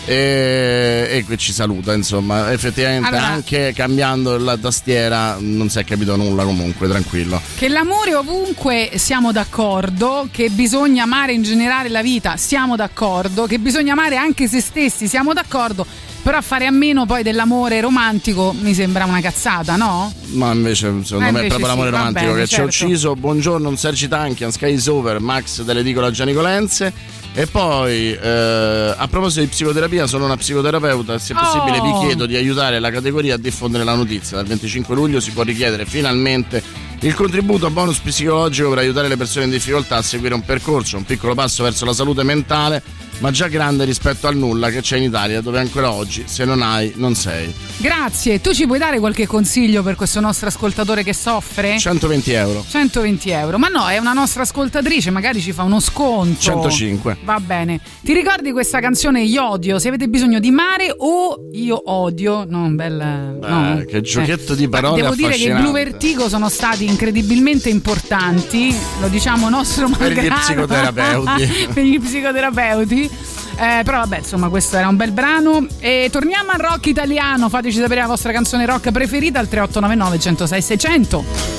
S5: E, e qui ci saluta, insomma, effettivamente allora, anche cambiando la tastiera non si è capito nulla, comunque tranquillo.
S4: Che l'amore ovunque siamo d'accordo, che bisogna amare in generale la vita siamo d'accordo, che bisogna amare anche se stessi siamo d'accordo, però fare a meno poi dell'amore romantico mi sembra una cazzata, no?
S5: Ma invece secondo
S4: eh,
S5: me è proprio
S4: sì,
S5: l'amore romantico
S4: bene,
S5: che
S4: certo.
S5: ci ha ucciso. Buongiorno, un Sergi Tanchian, Sky is Over, Max dell'edicola Gianicolense. E poi eh, a proposito di psicoterapia, sono una psicoterapeuta, se possibile
S4: Oh.
S5: vi chiedo di aiutare la categoria a diffondere la notizia. Dal venticinque luglio si può richiedere finalmente il contributo a bonus psicologico per aiutare le persone in difficoltà a seguire un percorso, un piccolo passo verso la salute mentale, ma già grande rispetto al nulla che c'è in Italia, dove ancora oggi se non hai non sei.
S4: Grazie, tu ci puoi dare qualche consiglio per questo nostro ascoltatore che soffre?
S5: centoventi euro.
S4: centoventi euro, ma no, è una nostra ascoltatrice, magari ci fa uno sconto.
S5: centocinque.
S4: Va bene. Ti ricordi questa canzone Io odio? Se avete bisogno di mare o Io odio? No, bella.
S5: Beh,
S4: no.
S5: che giochetto di
S4: Ma
S5: parole
S4: devo dire che i
S5: affascinante.
S4: Blue Vertigo sono stati incredibilmente importanti, lo diciamo nostro
S5: Per gli
S4: malgrado.
S5: psicoterapeuti.
S4: Per gli psicoterapeuti. Eh, però vabbè, insomma, questo era un bel brano. E torniamo al rock italiano. Fateci sapere la vostra canzone rock preferita al tre otto nove nove, uno zero sei, sei zero zero.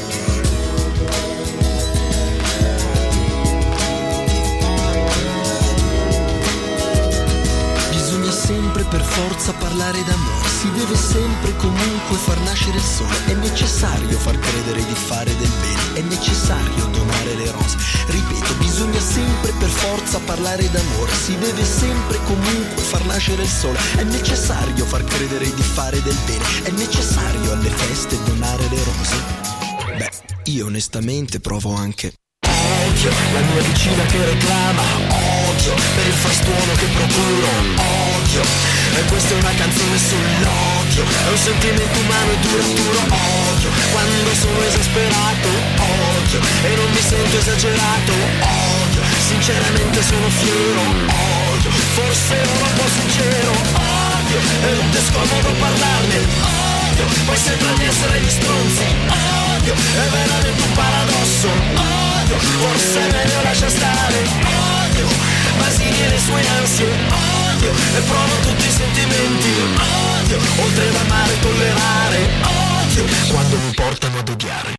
S9: Sempre per forza parlare d'amore, si deve sempre comunque far nascere il sole, è necessario far credere di fare del bene, è necessario donare le rose, ripeto, bisogna sempre per forza parlare d'amore, si deve sempre comunque far nascere il sole, è necessario far credere di fare del bene, è necessario alle feste donare le rose. Beh, io onestamente provo anche odio, la mia vicina che reclama, odio, per il frastuono che procuro, odio, e questa è una canzone sull'odio, è un sentimento umano e duraturo, odio, quando sono esasperato, odio, e non mi sento esagerato, odio, sinceramente sono fiero, odio, forse ero un po' sincero, odio, è scomodo parlarne, odio, poi sembra di essere gli stronzi, odio, è veramente un paradosso, odio, forse è meglio lascia stare, odio, Basini e le sue ansie, odio, e provo tutti i sentimenti, odio, oltre ad amare e tollerare, odio, quando mi portano ad odiare.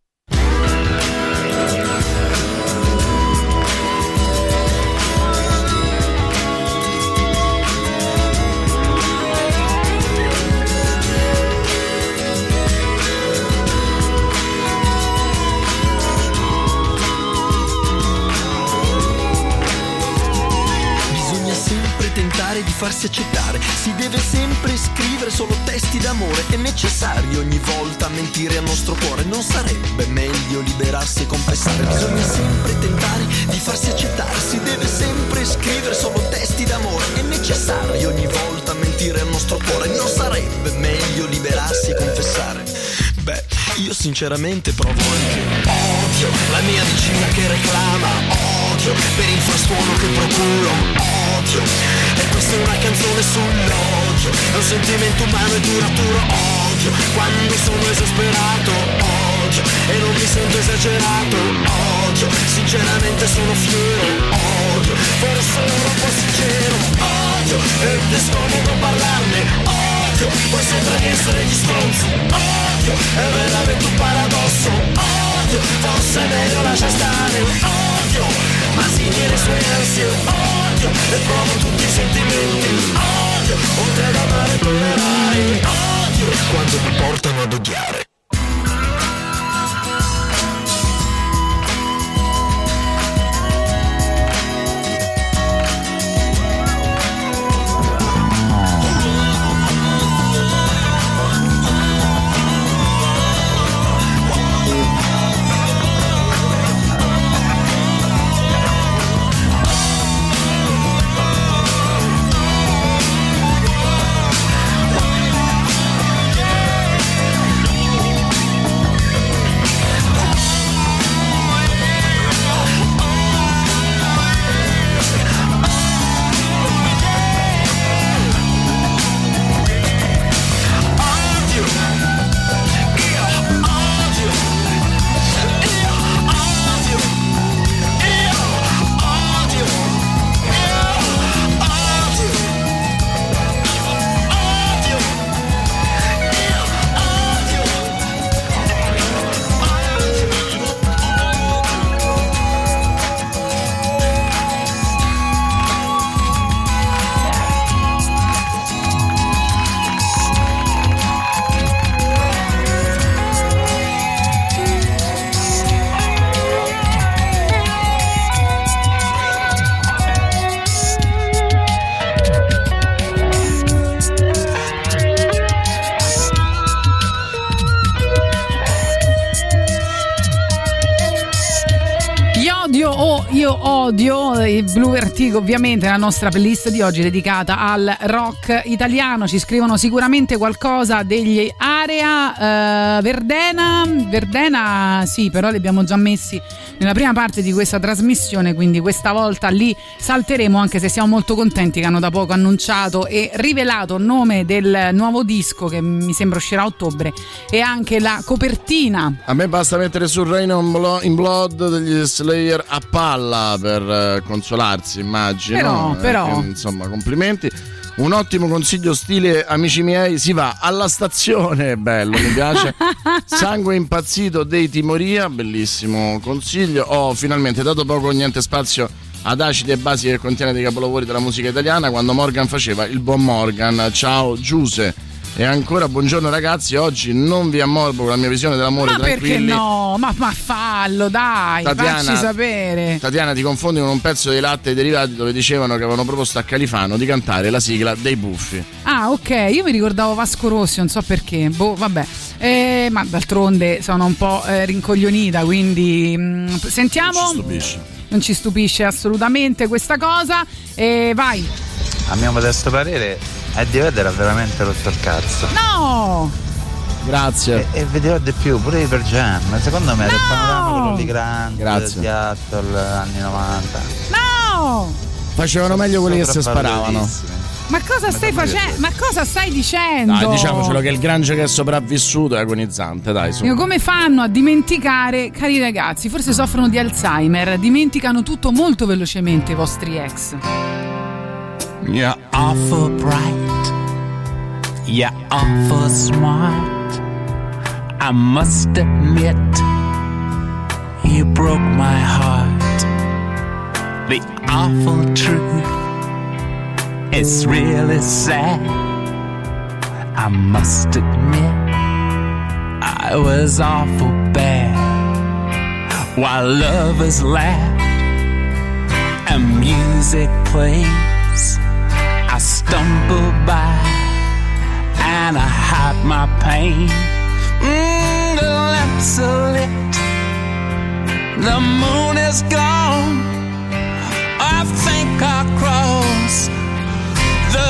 S9: Di farsi accettare, si deve sempre scrivere solo testi d'amore, è necessario ogni volta mentire al nostro cuore, non sarebbe meglio liberarsi e confessare, bisogna sempre tentare di farsi accettare, si deve sempre scrivere solo testi d'amore, è necessario ogni volta mentire al nostro cuore, non sarebbe meglio liberarsi e confessare. Beh, io sinceramente provo anche odio, la mia vicina che reclama, odio, per il frastuono che procuro, odio, e questa è una canzone sull'odio, è un sentimento umano e duraturo, odio, quando sono esasperato, odio, e non mi sento esagerato, odio, sinceramente sono fiero, odio, forse ero un po' sincero, odio, ed è scomodo parlarne, odio, poi sembra di essere gli stronzi, odio, è veramente un paradosso, odio, forse è meglio lascia stare, odio, Masini e le sue ansie, odio, e provo tutti i sentimenti, odio, oltre ad amare e tollerare, odio, quando mi portano ad odiare.
S4: odio o io odio, il Blue Vertigo ovviamente, la nostra playlist di oggi dedicata al rock italiano. Ci scrivono sicuramente qualcosa degli Area, uh, Verdena, Verdena sì, però li abbiamo già messi nella prima parte di questa trasmissione, quindi questa volta li salteremo, anche se siamo molto contenti che hanno da poco annunciato e rivelato il nome del nuovo disco che mi sembra uscirà a ottobre e anche la copertina.
S5: A me basta mettere sul Rain in Blood degli Slayer a palla per eh, consolarsi, immagino.
S4: Però, però.
S5: Eh, insomma, complimenti. Un ottimo consiglio stile amici miei, si va alla stazione, bello, mi piace. Sangue impazzito dei Timoria, bellissimo consiglio. Ho finalmente dato poco o niente spazio ad acidi e basi che contiene dei capolavori della musica italiana quando Morgan faceva il buon Morgan. Ciao Giuse. E ancora buongiorno ragazzi, oggi non vi ammorbo con la mia visione dell'amore,
S4: ma
S5: tranquilli.
S4: Perché no? Ma, ma fallo, dai,
S5: Tatiana,
S4: facci sapere.
S5: Tatiana, ti confondi con un pezzo dei Latte e derivati dove dicevano che avevano proposto a Califano di cantare la sigla dei Buffi.
S4: Ah, ok, io mi ricordavo Vasco Rossi, non so perché. Boh, vabbè. Eh, ma d'altronde sono un po' eh, rincoglionita, quindi mh, sentiamo.
S5: Non ci stupisce.
S4: Non ci stupisce assolutamente questa cosa. E vai.
S8: A mio modesto parere, Eddie Vedder ha veramente rotto il cazzo.
S4: No!
S5: Grazie.
S8: E, e vedrò di più, pure i Per Jam. Secondo me
S4: no!
S8: era il panorama quello di Grande,
S5: Grazie.
S8: Seattle, anni novanta.
S4: No!
S5: Facevano meglio quelli che si sparavano.
S4: Ma cosa stai facendo? Ma cosa stai dicendo?
S5: Dai, diciamocelo che il grande che è sopravvissuto è agonizzante, dai, su.
S4: Io come fanno a dimenticare, cari ragazzi, forse soffrono di Alzheimer, dimenticano tutto molto velocemente i vostri ex.
S19: You're awful bright, you're awful smart. I must admit, you broke my heart. The awful truth, it's really sad. I must admit, I was awful bad. While lovers laugh and music plays, I stumble by and I hide my pain. Mm, the lamps are lit, the moon is gone. I think I'll cross the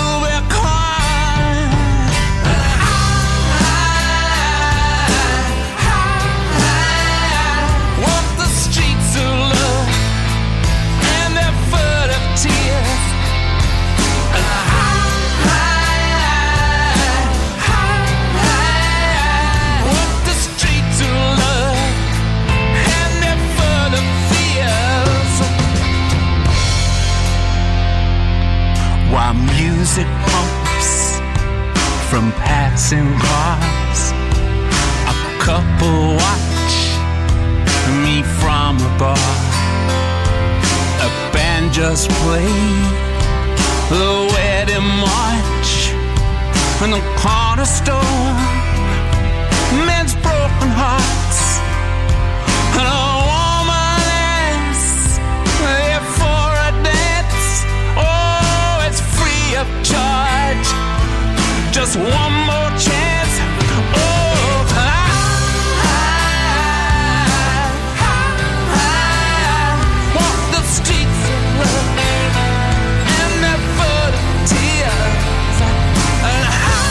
S19: Rubicon. Walk the streets of love and they're full of tears. Walk the streets of love and they're full of fears. While music pumps from passing cars, a couple watch me from a bar. A band just played the wedding march in the corner store. Men's broken hearts and a woman is there for a dance. Oh, it's free of charge. Just one more chance. Oh, I, I, I walk the streets of love and they're full of tears. And I,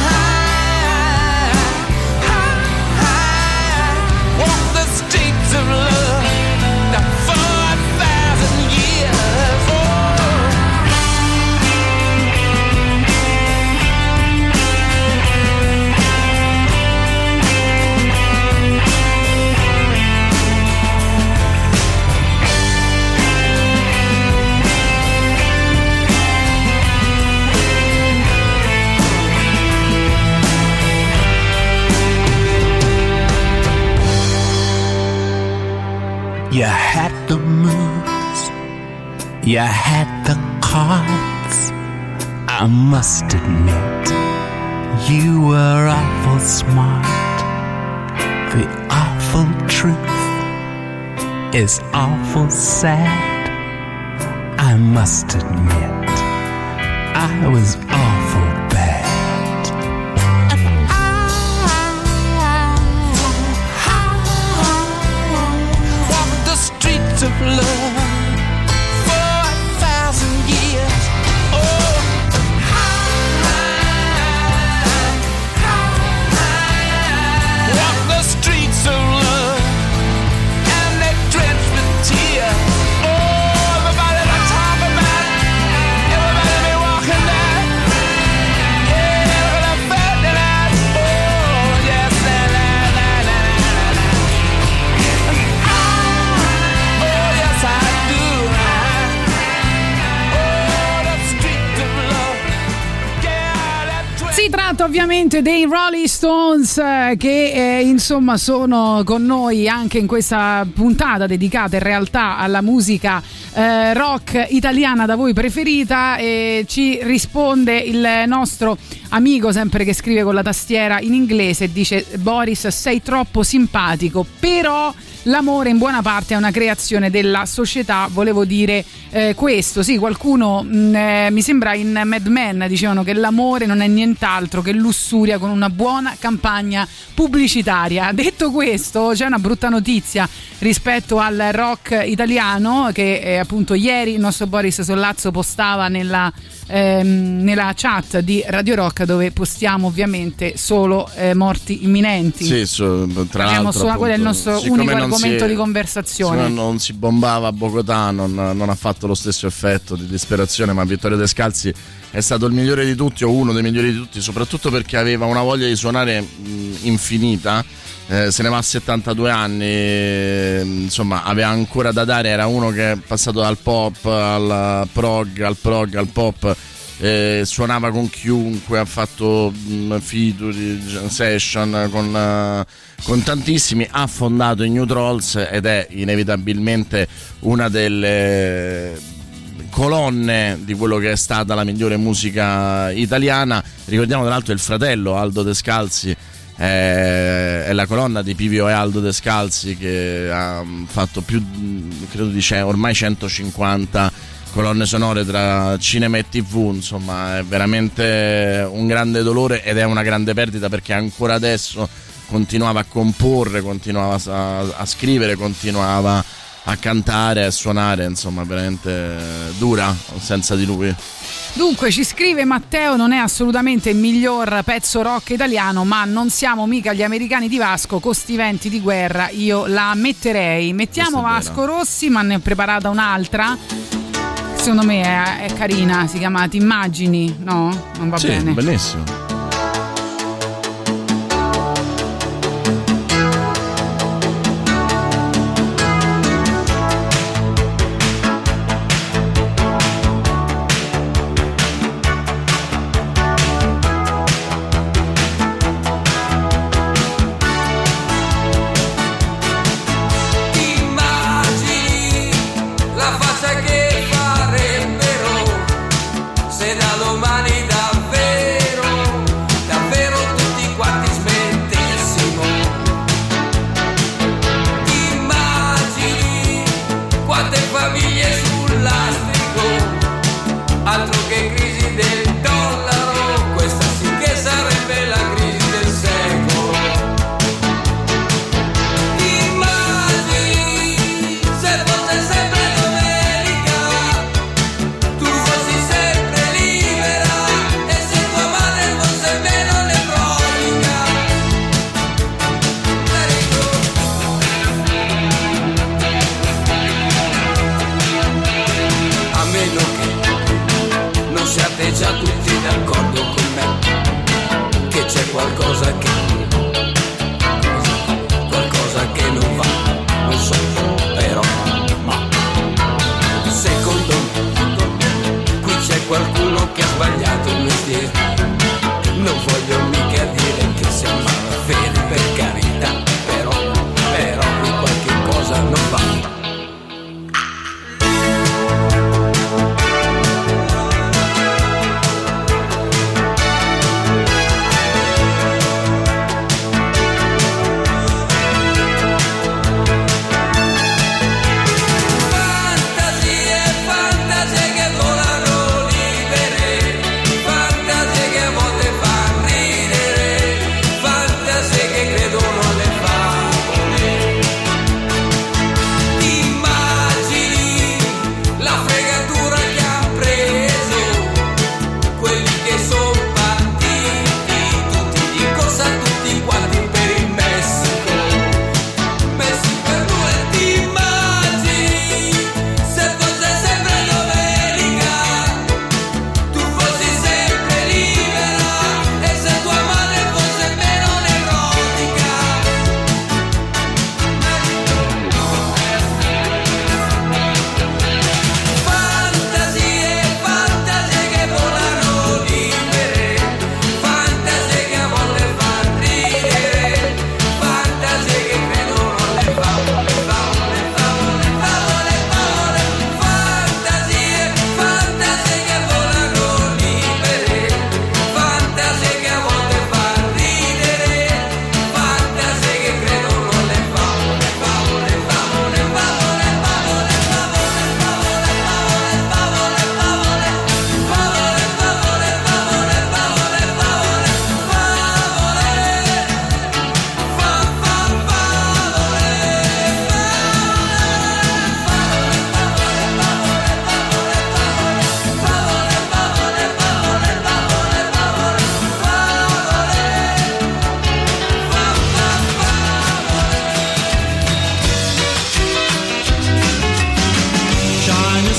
S19: I, I walk the streets of love for a thousand years. Oh. You had the moves, you had the cards. I must admit, you were awful smart. The awful truth is awful sad. I must admit, I was awful bad. Walk the streets of
S15: love for a thousand years. Oh, walk the streets of love and they drench with tears. Oh, everybody that talk about it, everybody be walking there. Yeah, look at that fat that. Oh, yes, la la la la la la. Oh, yes, I do. Oh, the street of love. Yeah, that
S4: Si tratta ovviamente dei Rolling Stones eh, che eh, insomma sono con noi anche in questa puntata dedicata in realtà alla musica eh, rock italiana da voi preferita, e ci risponde il nostro amico sempre che scrive con la tastiera in inglese e dice: Boris, sei troppo simpatico, però l'amore in buona parte è una creazione della società. Volevo dire eh, questo. Sì, qualcuno mh, eh, mi sembra in Mad Men dicevano che l'amore non è nient'altro che lussuria con una buona campagna pubblicitaria. Detto questo, c'è una brutta notizia rispetto al rock italiano che eh, appunto ieri il nostro Boris Sollazzo postava nella ehm, nella chat di Radio Rock, dove postiamo ovviamente solo eh, morti imminenti.
S5: Sì, so, tra l'altro
S4: solo, quello è il nostro unico argomento
S5: si,
S4: di conversazione.
S5: Non si bombava a Bogotà, non, non ha fatto lo stesso effetto di disperazione, ma Vittorio Descalzi è stato il migliore di tutti, o uno dei migliori di tutti, soprattutto perché aveva una voglia di suonare mh, infinita. Eh, se ne va a settantadue anni, eh, insomma aveva ancora da dare, era uno che è passato dal pop al prog, al prog, al pop, eh, suonava con chiunque, ha fatto mh, feature, session con, uh, con tantissimi, ha fondato i New Trolls ed è inevitabilmente una delle colonne di quello che è stata la migliore musica italiana. Ricordiamo tra l'altro il fratello Aldo Descalzi, è la colonna di Pivio e Aldo Descalzi, che ha fatto più, credo di ormai centocinquanta colonne sonore tra cinema e tivù. Insomma, è veramente un grande dolore ed è una grande perdita, perché ancora adesso continuava a comporre, continuava a, a scrivere, continuava a cantare, a suonare. Insomma, veramente dura senza di lui.
S4: Dunque ci scrive Matteo: non è assolutamente il miglior pezzo rock italiano, ma non siamo mica gli americani di Vasco, con sti venti di guerra io la metterei. Mettiamo Vasco Rossi, ma ne ho preparata un'altra, secondo me è, è carina, si chiama Ti immagini, no? Non va
S5: sì,
S4: bene?
S5: Benissimo.
S15: Se da domani davvero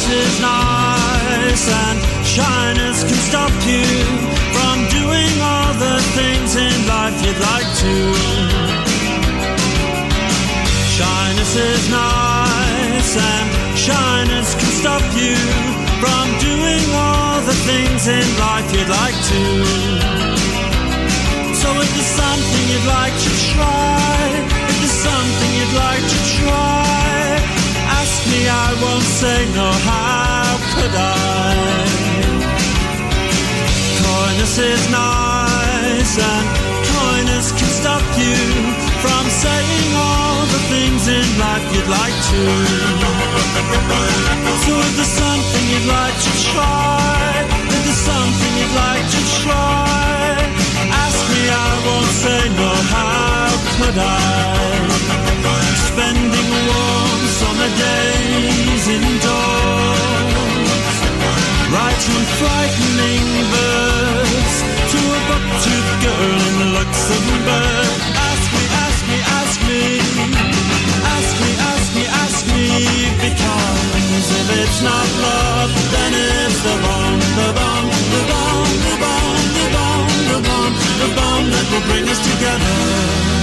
S7: Kindness is nice and shyness can stop you from doing all the things in life you'd like to. Shyness is nice and shyness can stop you from doing all the things in life you'd like to. So if there's something you'd like to try, if there's something you'd like to try, ask me, I won't say no, how could I? Coyness is nice and coyness can stop you from saying all the things in life you'd like to. So if there's something you'd like to try, if there's something you'd like to try, ask me, I won't say no, how could I? Spending warm summer days indoors, writing frightening verse to a buck-toothed girl in Luxembourg. Ask me, ask me, ask me, ask me, ask me, ask me, because if it's not love, then it's the bomb, the bomb, the bomb, the bomb, the bomb, the bomb, the bomb that will bring us together.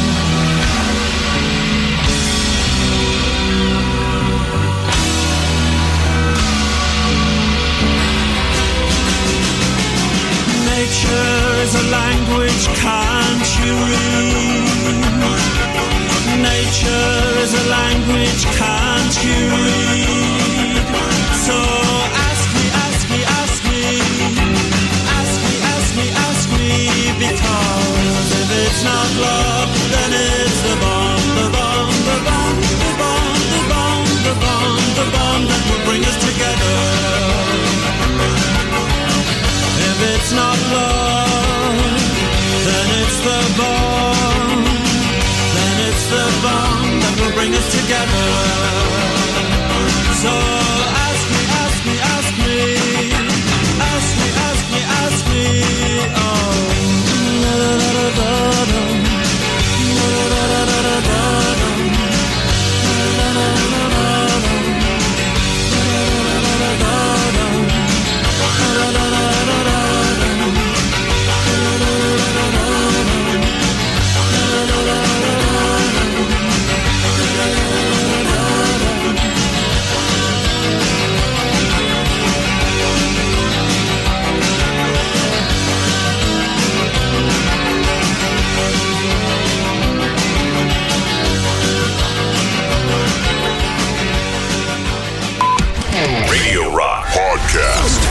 S7: Nature's a language, can't you read? Nature is a language, can't you read? So ask me, ask me, ask me, ask me, ask me, ask me, because if it's not love, then it's the bomb, the bomb, the bomb, the bomb, the bomb, the bomb, the bomb that will bring us together. If it's not love, then it's the bomb, then it's the bomb that will bring us together. So ask me, ask me, ask me, ask me, ask me, ask me, oh.
S2: Radio Rock Podcast.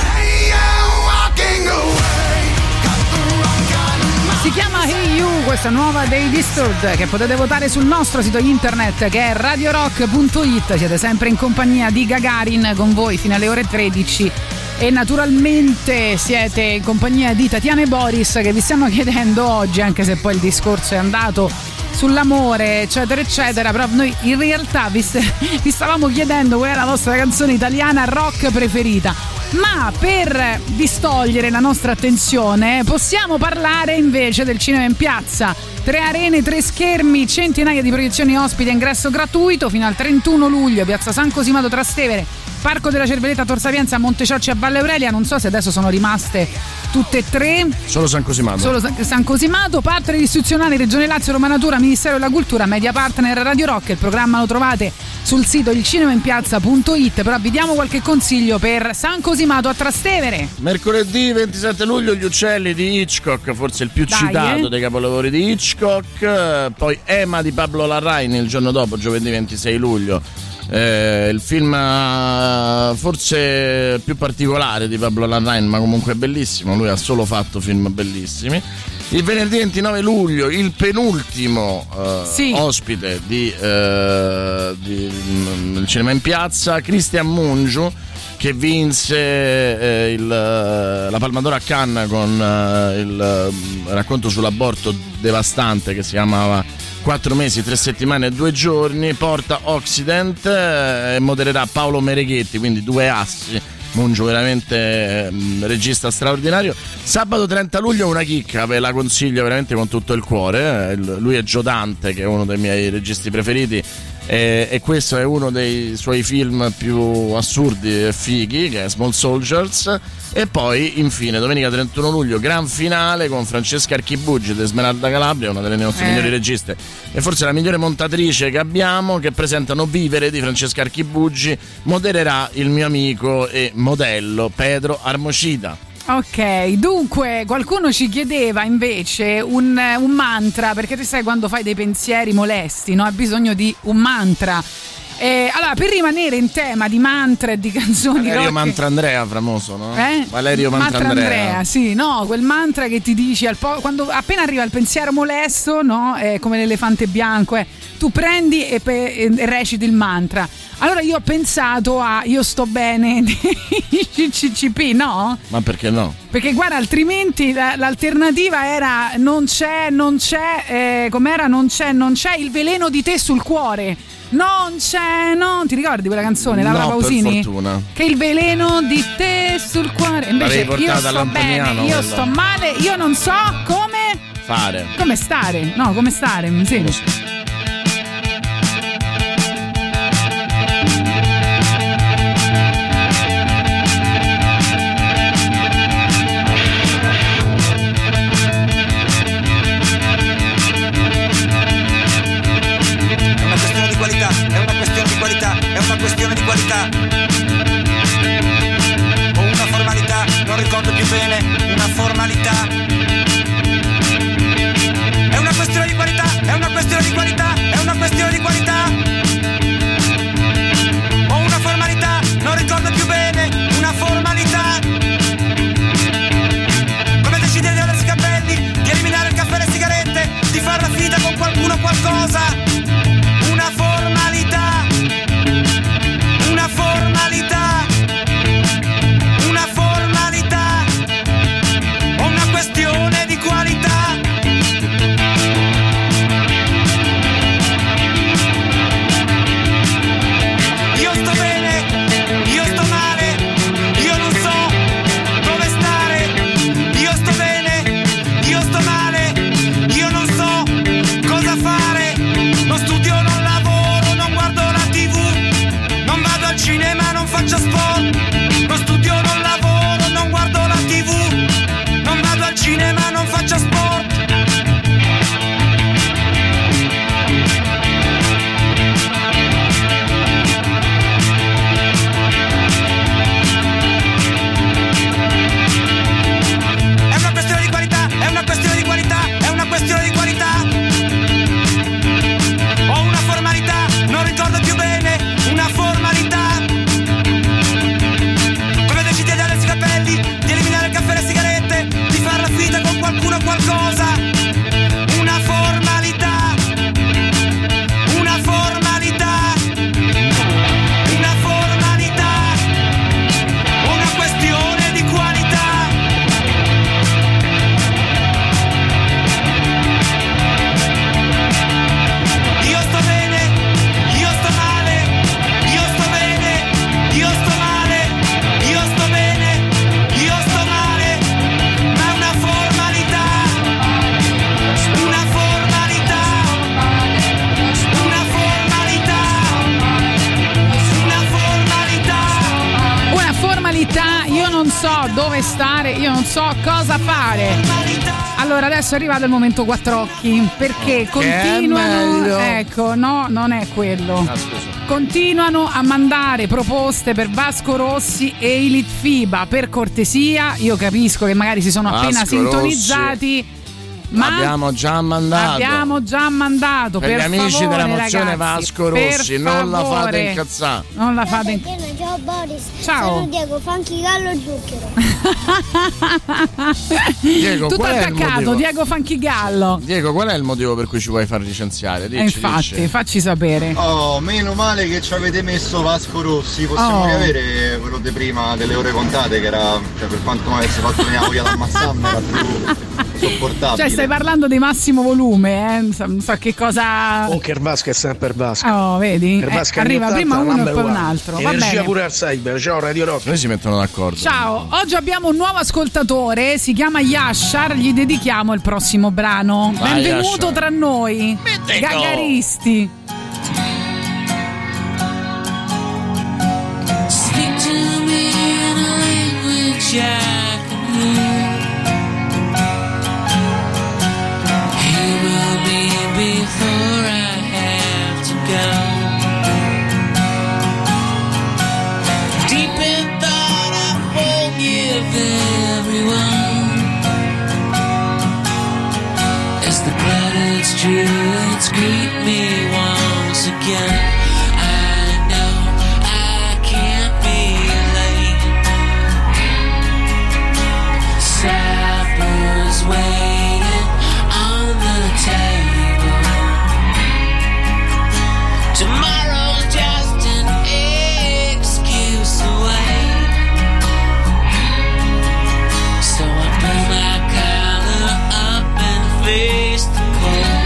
S4: Si chiama Hey You, questa nuova dei Disturbed, che potete votare sul nostro sito internet che è radio rock punto it. Siete sempre in compagnia di Gagarin con voi fino alle ore tredici e naturalmente siete in compagnia di Tatiana e Boris, che vi stanno chiedendo oggi, anche se poi il discorso è andato sull'amore eccetera eccetera, però noi in realtà vi, st- vi stavamo chiedendo qual è la vostra canzone italiana rock preferita. Ma per distogliere la nostra attenzione possiamo parlare invece del cinema in piazza. Tre arene, tre schermi, centinaia di proiezioni ospiti a ingresso gratuito fino al trentuno luglio, piazza San Cosimato Trastevere, Parco della Cervelletta Tor Sapienza, Monteciocci a Valle Aurelia. Non so se adesso sono rimaste tutte e tre.
S22: Solo San Cosimato.
S4: Solo San Cosimato. Partner istituzionali Regione Lazio, Roma Natura, Ministero della Cultura, Media Partner Radio Rock. Il programma lo trovate sul sito il cinema in piazza punto it. Però vi diamo qualche consiglio per San Cosimato a Trastevere.
S22: Mercoledì ventisette luglio Gli Uccelli di Hitchcock, forse il più
S4: Dai,
S22: citato
S4: eh?
S22: dei capolavori di Hitchcock. Poi Ema di Pablo Larraín il giorno dopo, giovedì ventisei luglio. Eh, il film uh, forse più particolare di Pablo Larraín, ma comunque bellissimo. Lui ha solo fatto film bellissimi. Il venerdì ventinove luglio il penultimo uh,
S4: sì.
S22: ospite di, uh, di mm, il cinema in piazza, Cristian Mungiu, che vinse eh, il, la Palma d'Oro a Cannes con eh, il uh, racconto sull'aborto devastante che si chiamava Quattro mesi, tre settimane e due giorni. Porta Occident e eh, modererà Paolo Mereghetti, quindi due assi. Mungiu veramente eh, regista straordinario. Sabato trenta luglio una chicca, ve la consiglio veramente con tutto il cuore. Eh, lui è Gio Dante, che è uno dei miei registi preferiti, E, e questo è uno dei suoi film più assurdi e fighi, che è Small Soldiers. E poi infine domenica trentuno luglio gran finale con Francesca Archibugi ed Esmeralda Calabria, una delle nostre eh. migliori registe e forse la migliore montatrice che abbiamo, che presentano Vivere di Francesca Archibugi. Modererà il mio amico e modello Pedro Armocida.
S4: Ok, dunque qualcuno ci chiedeva invece un, un mantra, perché tu sai quando fai dei pensieri molesti, no? Hai bisogno di un mantra. Eh, allora, per rimanere in tema di mantra e di canzoni
S22: Valerio
S4: rock,
S22: Mantrandrea, famoso, no?
S4: Eh?
S22: Valerio Mantrandrea.
S4: Mantrandrea, sì, no, quel mantra che ti dici al po- quando appena arriva il pensiero molesto, no? È come l'elefante bianco, eh. Tu prendi e, pe- e reciti il mantra. Allora io ho pensato a Io sto bene di C C P, no?
S22: Ma perché no?
S4: Perché guarda, altrimenti la, l'alternativa era non c'è, non c'è, eh, com'era? Non c'è, non c'è il veleno di te sul cuore. Non c'è, no, ti ricordi quella canzone, Laura
S22: no,
S4: Pausini?
S22: Per fortuna.
S4: Che il veleno di te sul cuore. Invece io sto bene, io
S22: quella.
S4: sto male, io non so come
S22: fare.
S4: Come stare? No, come stare? Sì.
S22: Lo so.
S6: Questione di qualità o una formalità, non ricordo più bene, una formalità. È una questione di qualità, è una questione di qualità, è una questione di qualità o una formalità, non ricordo più bene, una formalità. Come decidere di aversi i capelli, di eliminare il caffè e le sigarette, di far la finita con qualcuno o qualcosa. Una formalità. Una formalità, una formalità, o una questione di qualità. Io sto bene, io sto male, io non so dove stare. Io sto bene, io sto male, io non so cosa fare. Non studio, non lavoro, non guardo la tivù. Non vado al cinema, non faccio sport. Non studio, non lavoro, non guardo la tivù. Non vado al cinema, non faccio sport. È una questione di qualità, è una questione di qualità, è una questione di qualità. Ho una formalità, non ricordo più bene. Una formalità. Come decidi di aversi i capelli, di eliminare il caffè e le sigarette, di far la finita con qualcuno o qualcosa. Una formalità. Una formalità. Una formalità. Una questione di qualità. Io sto bene, io sto male. Io sto bene, io sto male, io sto bene, io sto male, ma è una formalità, una formalità, una formalità, una formalità.
S4: Una formalità, io non so dove stare, io non so cosa fare. Allora adesso è arrivato il momento quattro occhi, perché continuano, ecco, no, non è quello.
S22: Ah, scusa.
S4: Continuano a mandare proposte per Vasco Rossi e i Litfiba. Per cortesia, io capisco che magari si sono appena
S22: Vasco
S4: sintonizzati.
S22: Rossi.
S4: Ma
S22: abbiamo già mandato.
S4: Abbiamo già mandato.
S22: Per,
S4: per
S22: gli amici
S4: favore,
S22: della mozione
S4: ragazzi,
S22: Vasco Rossi,
S4: per
S22: non la
S4: favore.
S22: fate incazzare.
S4: Non la fate
S17: Perché non ciao Boris.
S4: Ciao.
S17: Sono Diego Fanchigallo Zucchero.
S22: Diego,
S4: Tutto
S22: qual è il
S4: attaccato,
S22: motivo?
S4: Diego Fanchigallo.
S22: Diego, qual è il motivo per cui ci vuoi far licenziare? Dici,
S4: E infatti,
S22: dici.
S4: facci sapere.
S10: Oh, meno male che ci avete messo Vasco Rossi. Possiamo
S4: Oh.
S10: riavere quello di prima delle ore contate, che era, cioè, per quanto mi avesse fatto venire la voglia da ammazzarmi, era più sopportabile.
S4: Cioè, stai parlando di massimo volume, eh? Non so, non so che cosa.
S21: Bunker Vasco è sempre Vasco.
S4: Oh, vedi?
S21: Per
S4: Eh,
S21: Vasco anni
S4: arriva
S21: ottanta,
S4: prima uno e
S21: number
S4: poi un
S21: one.
S4: altro. Va
S21: Energia
S4: bene.
S21: pure al cyber. Ciao Radio Rock.
S22: Noi si mettono d'accordo.
S4: Ciao, oggi abbiamo un nuovo ascoltatore, si chiama Yashar, gli dedichiamo il prossimo brano.
S22: Vai,
S4: Benvenuto
S22: Yashar.
S4: tra noi,
S22: Mitico.
S4: Gagaristi.
S11: streets greet me once again. I know I can't be late. Supper's waiting on the table. Tomorrow's just an excuse away. So I pull my collar up and face the cold.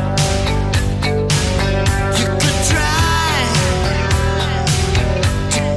S15: To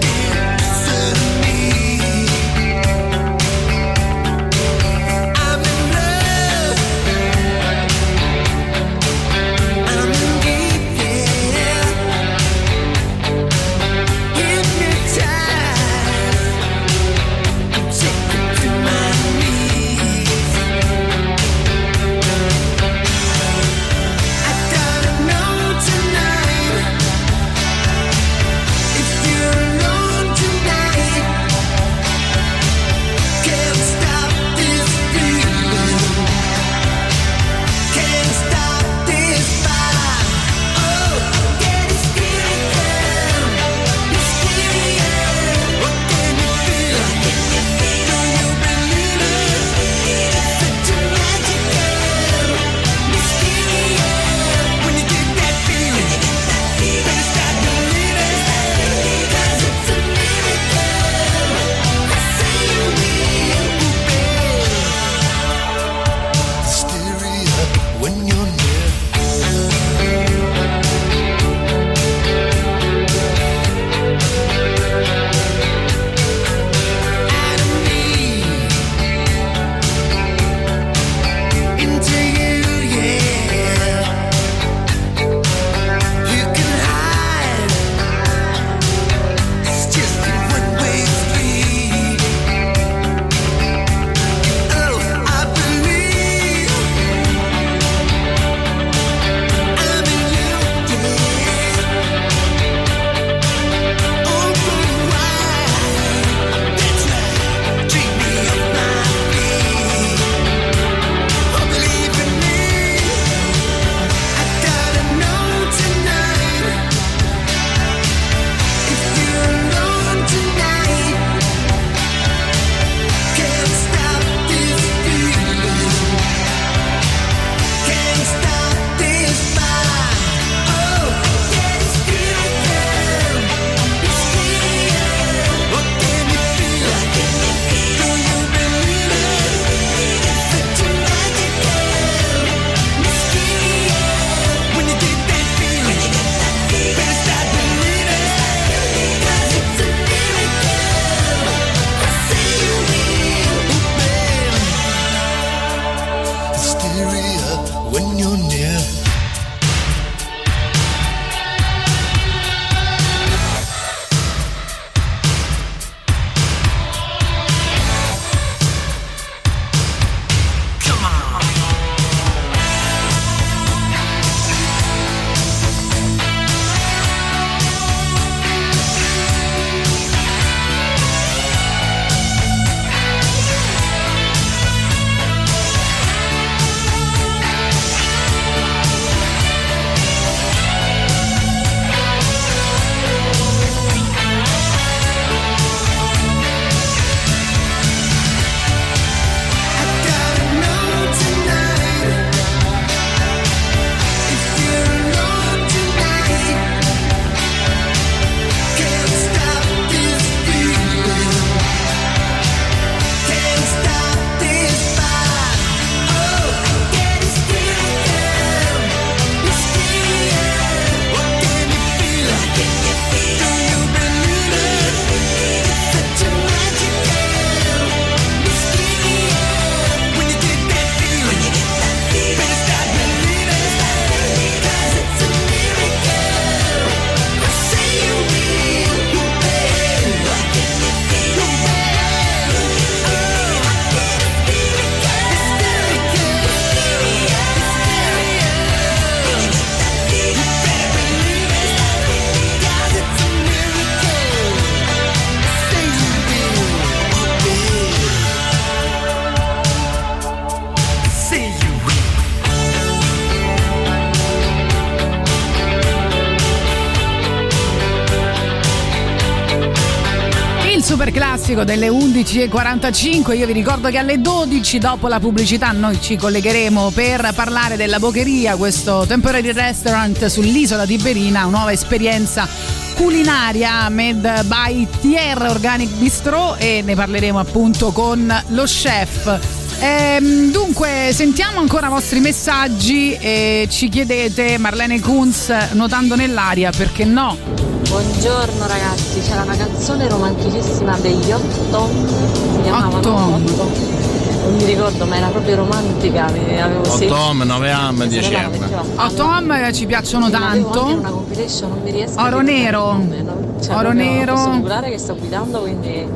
S4: super classico delle undici e quarantacinque. Io vi ricordo che alle dodici, dopo la pubblicità, noi ci collegheremo per parlare della Bocheria, questo temporary restaurant sull'isola di Berina, una nuova esperienza culinaria made by Tier Organic Bistro, e ne parleremo appunto con lo chef. Ehm, dunque sentiamo ancora i vostri messaggi e ci chiedete: Marlene Kunz, Nuotando nell'aria, perché no?
S12: Buongiorno ragazzi, c'era una canzone romanticissima degli Otto, si chiamavano Otto, non mi ricordo, ma era proprio romantica, avevo
S22: otto om, nove am, dieci am.
S4: otto om ci piacciono tanto.
S12: Una compilation, non mi riesco
S4: Oro
S12: a
S4: nero.
S12: nome, no? Cioè,
S4: Oro
S12: proprio,
S4: nero.
S12: Posso googlare che sto guidando, quindi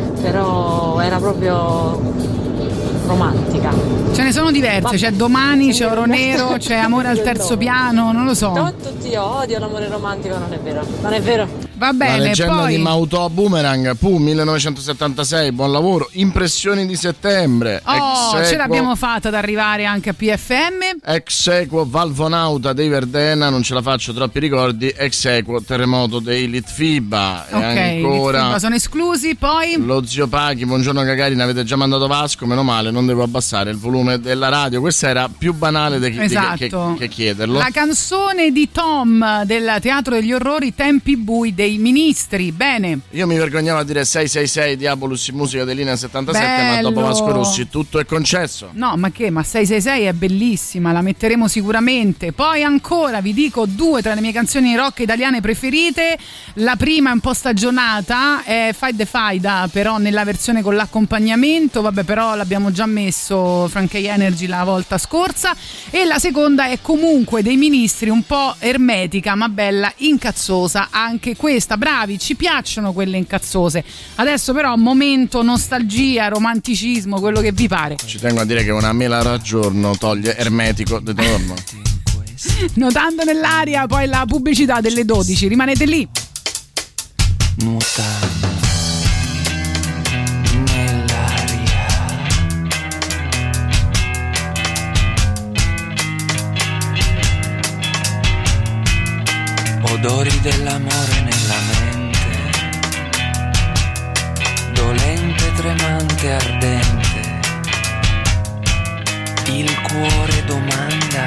S12: però era proprio romantica.
S4: Ce ne sono diverse, c'è Domani, c'è Oro Nero, c'è Amore al terzo piano, non lo so.
S12: No, tutti io odio l'amore romantico, non è vero, non è vero.
S4: Va bene,
S22: la leggenda
S4: poi...
S22: di Mautò Boomerang, Pooh millenovecentosettantasei, buon lavoro. Impressioni di settembre.
S4: Oh,
S22: ex
S4: ce
S22: equo,
S4: l'abbiamo fatta ad arrivare anche a P F M.
S22: Ex equo Valvonauta dei Verdena, non ce la faccio, troppi ricordi. Ex equo terremoto dei Litfiba.
S4: Ok,
S22: e ancora
S4: Litfiba sono esclusi. Poi
S22: lo zio Pachi, buongiorno Gagarin, avete già mandato Vasco, meno male, non devo abbassare il volume della radio. Questa era più banale di,
S4: esatto.
S22: di, che, che chiederlo.
S4: La canzone di Tom del Teatro degli Orrori, Tempi bui dei Ministri. Bene.
S22: Io mi vergognavo a dire sei sei sei Diabolus in musica dell'Linea settantasette,
S4: Bello.
S22: ma dopo Vasco Rossi tutto è concesso.
S4: No, ma che? Ma sei sei sei è bellissima, la metteremo sicuramente. Poi ancora vi dico due tra le mie canzoni rock italiane preferite. La prima è un po' stagionata, è Fight the Faida, però nella versione con l'accompagnamento, vabbè, però l'abbiamo già messo Frankie Energy la volta scorsa. E la seconda è comunque dei Ministri, un po' ermetica ma bella, incazzosa anche questa. Bravi, ci piacciono quelle incazzose. Adesso però momento nostalgia, romanticismo, quello che vi pare.
S22: Ci tengo a dire che una mela al giorno toglie ermetico di torno.
S4: Nuotando nell'aria, poi la pubblicità delle dodici, rimanete lì.
S11: Nuotando nell'aria, odori dell'amore nella mente, dolente, tremante, ardente, il cuore domanda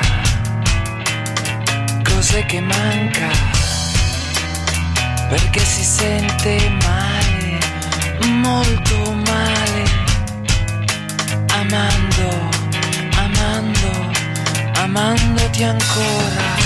S11: cos'è che manca, perché si sente male, molto male, amando, amando, amandoti ancora.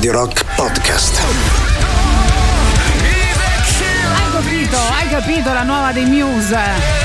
S1: Radio Rock Podcast.
S4: Hai capito, hai capito la nuova dei Muse?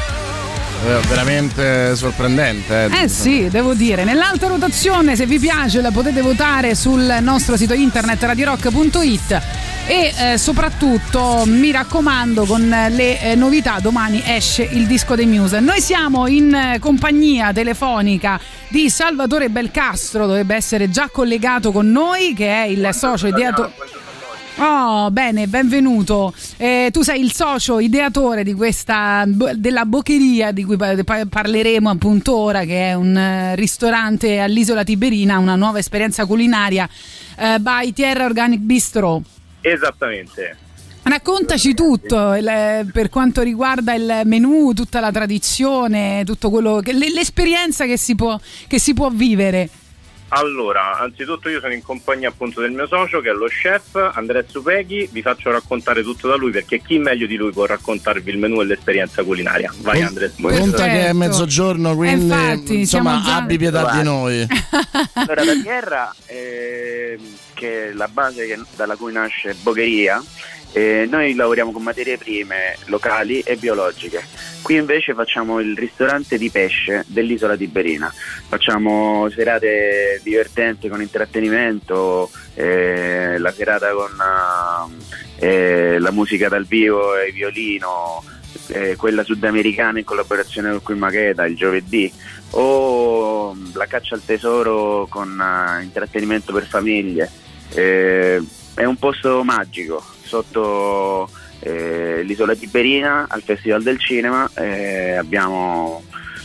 S22: Veramente sorprendente. Eh.
S4: eh sì, devo dire. Nell'alta rotazione, se vi piace, la potete votare sul nostro sito internet radio rock punto it e eh, soprattutto mi raccomando, con le eh, novità domani esce il disco dei Muse. Noi siamo in eh, compagnia telefonica di Salvatore Belcastro, dovrebbe essere già collegato con noi, che è il socio ideatore. Oh, bene, benvenuto. Eh, tu sei il socio ideatore di questa della Bocheria, di cui parleremo appunto ora, che è un ristorante all'isola Tiberina, una nuova esperienza culinaria eh, by Tierra Organic Bistro.
S13: Esattamente.
S4: Raccontaci tutto il, per quanto riguarda il menù, tutta la tradizione, tutto quello che l'esperienza che si può che si può vivere.
S13: Allora, anzitutto io sono in compagnia appunto del mio socio, che è lo chef Andrea Zupeghi. Vi faccio raccontare tutto da lui, perché chi meglio di lui può raccontarvi il menù e l'esperienza culinaria. Vai Andrea.
S22: Conta che è mezzogiorno, quindi infatti, insomma già... abbi pietà Vai. di noi.
S8: Allora, la Tierra, eh, che è la base che, dalla cui nasce Bocheria, eh, noi lavoriamo con materie prime locali e biologiche. Qui invece facciamo il ristorante di pesce dell'isola Tiberina, facciamo serate divertenti con intrattenimento, eh, la serata con eh, la musica dal vivo e il violino, eh, quella sudamericana in collaborazione con Queen Makeda il giovedì, o la caccia al tesoro con uh, intrattenimento per famiglie. Eh, è un posto magico sotto eh, l'isola Tiberina, al Festival del Cinema. Eh, abbiamo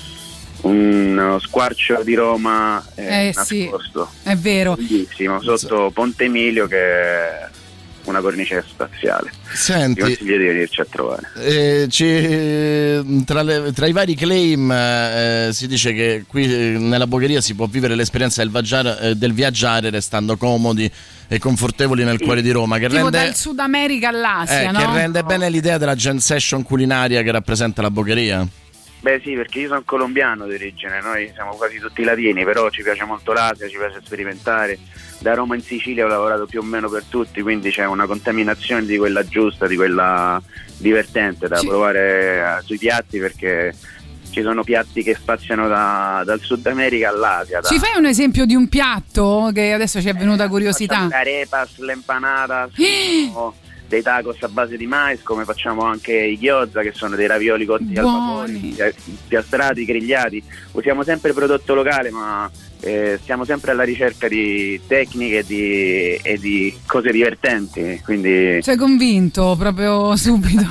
S8: uno squarcio di Roma eh,
S4: eh,
S8: nascosto,
S4: sì, è vero,
S8: bellissimo, sotto Ponte Emilio, che è una cornice spaziale.
S22: Senti,
S8: ti consiglio di venirci a trovare.
S22: Eh, ci, tra, le, tra i vari claim eh, si dice che qui eh, nella Bocheria si può vivere l'esperienza del viaggiare, eh, del viaggiare restando comodi e confortevoli nel cuore di Roma, che
S4: tipo
S22: rende
S4: dal Sud America all'Asia,
S22: eh,
S4: no?
S22: che rende bene l'idea della jam session culinaria che rappresenta la Bocheria.
S8: Beh sì, perché io sono colombiano di origine, noi siamo quasi tutti latini, però ci piace molto l'Asia, ci piace sperimentare. Da Roma in Sicilia ho lavorato più o meno per tutti, quindi c'è una contaminazione di quella giusta, di quella divertente da sì. provare uh, sui piatti, perché ci sono piatti che spaziano da, dal Sud America all'Asia. Da...
S4: Ci fai un esempio di un piatto che adesso ci è venuta eh, curiosità?
S8: Le arepas, le empanadas, dei tacos a base di mais, come facciamo anche i gyoza, che sono dei ravioli cotti al vapore, piastrati, grigliati. Usiamo sempre prodotto locale, ma eh, stiamo sempre alla ricerca di tecniche e di, e di cose divertenti, quindi...
S4: Sei convinto proprio subito?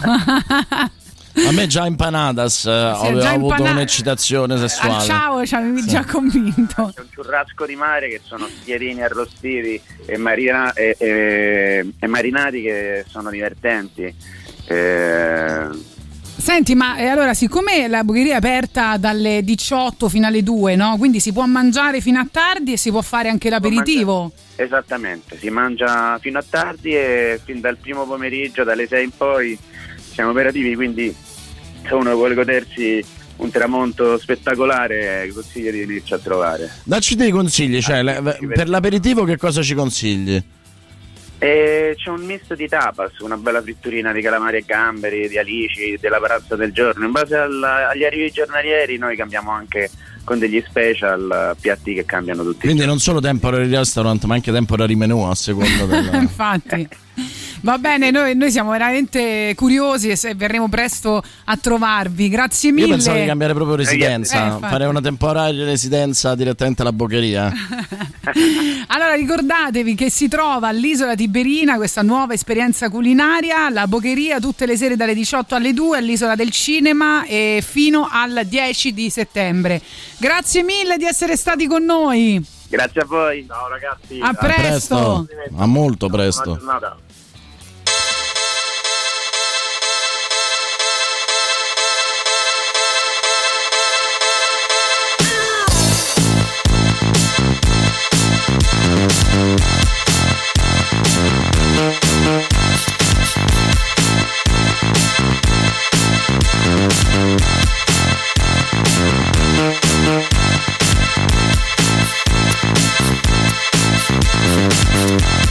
S22: A me già empanadas eh, avevo
S4: già
S22: avuto
S4: impana-
S22: un'eccitazione sessuale.
S4: Al ciao ci avevi
S22: sì.
S4: già convinto.
S8: C'è un churrasco di mare, che sono spierini arrostiti e, marina- e, e, e marinati, che sono divertenti. Eh...
S4: Senti, ma eh, allora, siccome la Bocheria è aperta dalle diciotto fino alle due, no? Quindi si può mangiare fino a tardi e si può fare anche l'aperitivo?
S8: Esattamente, si mangia fino a tardi e fin dal primo pomeriggio, dalle sei in poi, siamo operativi, quindi se uno vuole godersi un tramonto spettacolare, consiglio di venirci a trovare.
S22: Dacci dei consigli, cioè, le, per l'aperitivo che cosa ci consigli?
S8: E c'è un misto di tapas, una bella fritturina di calamari e gamberi, di alici, della pranzo del giorno. In base alla, agli arrivi giornalieri noi cambiamo anche con degli special, piatti che cambiano tutti.
S22: Quindi non solo temporary restaurant, ma anche temporary menù a seconda del...
S4: Infatti. Va bene, noi, noi siamo veramente curiosi e se verremo presto a trovarvi. Grazie mille.
S22: Io pensavo di cambiare proprio residenza,
S4: eh,
S22: fare una temporanea residenza direttamente alla Bocheria.
S4: Allora ricordatevi che si trova all'isola Tiberina questa nuova esperienza culinaria, la Bocheria, tutte le sere dalle diciotto alle due all'isola del Cinema e fino al dieci di settembre. Grazie mille di essere stati con noi.
S8: Grazie a voi.
S13: Ciao ragazzi.
S4: A presto.
S22: A, presto. A molto presto.
S13: Buona giornata.
S15: We'll be right back.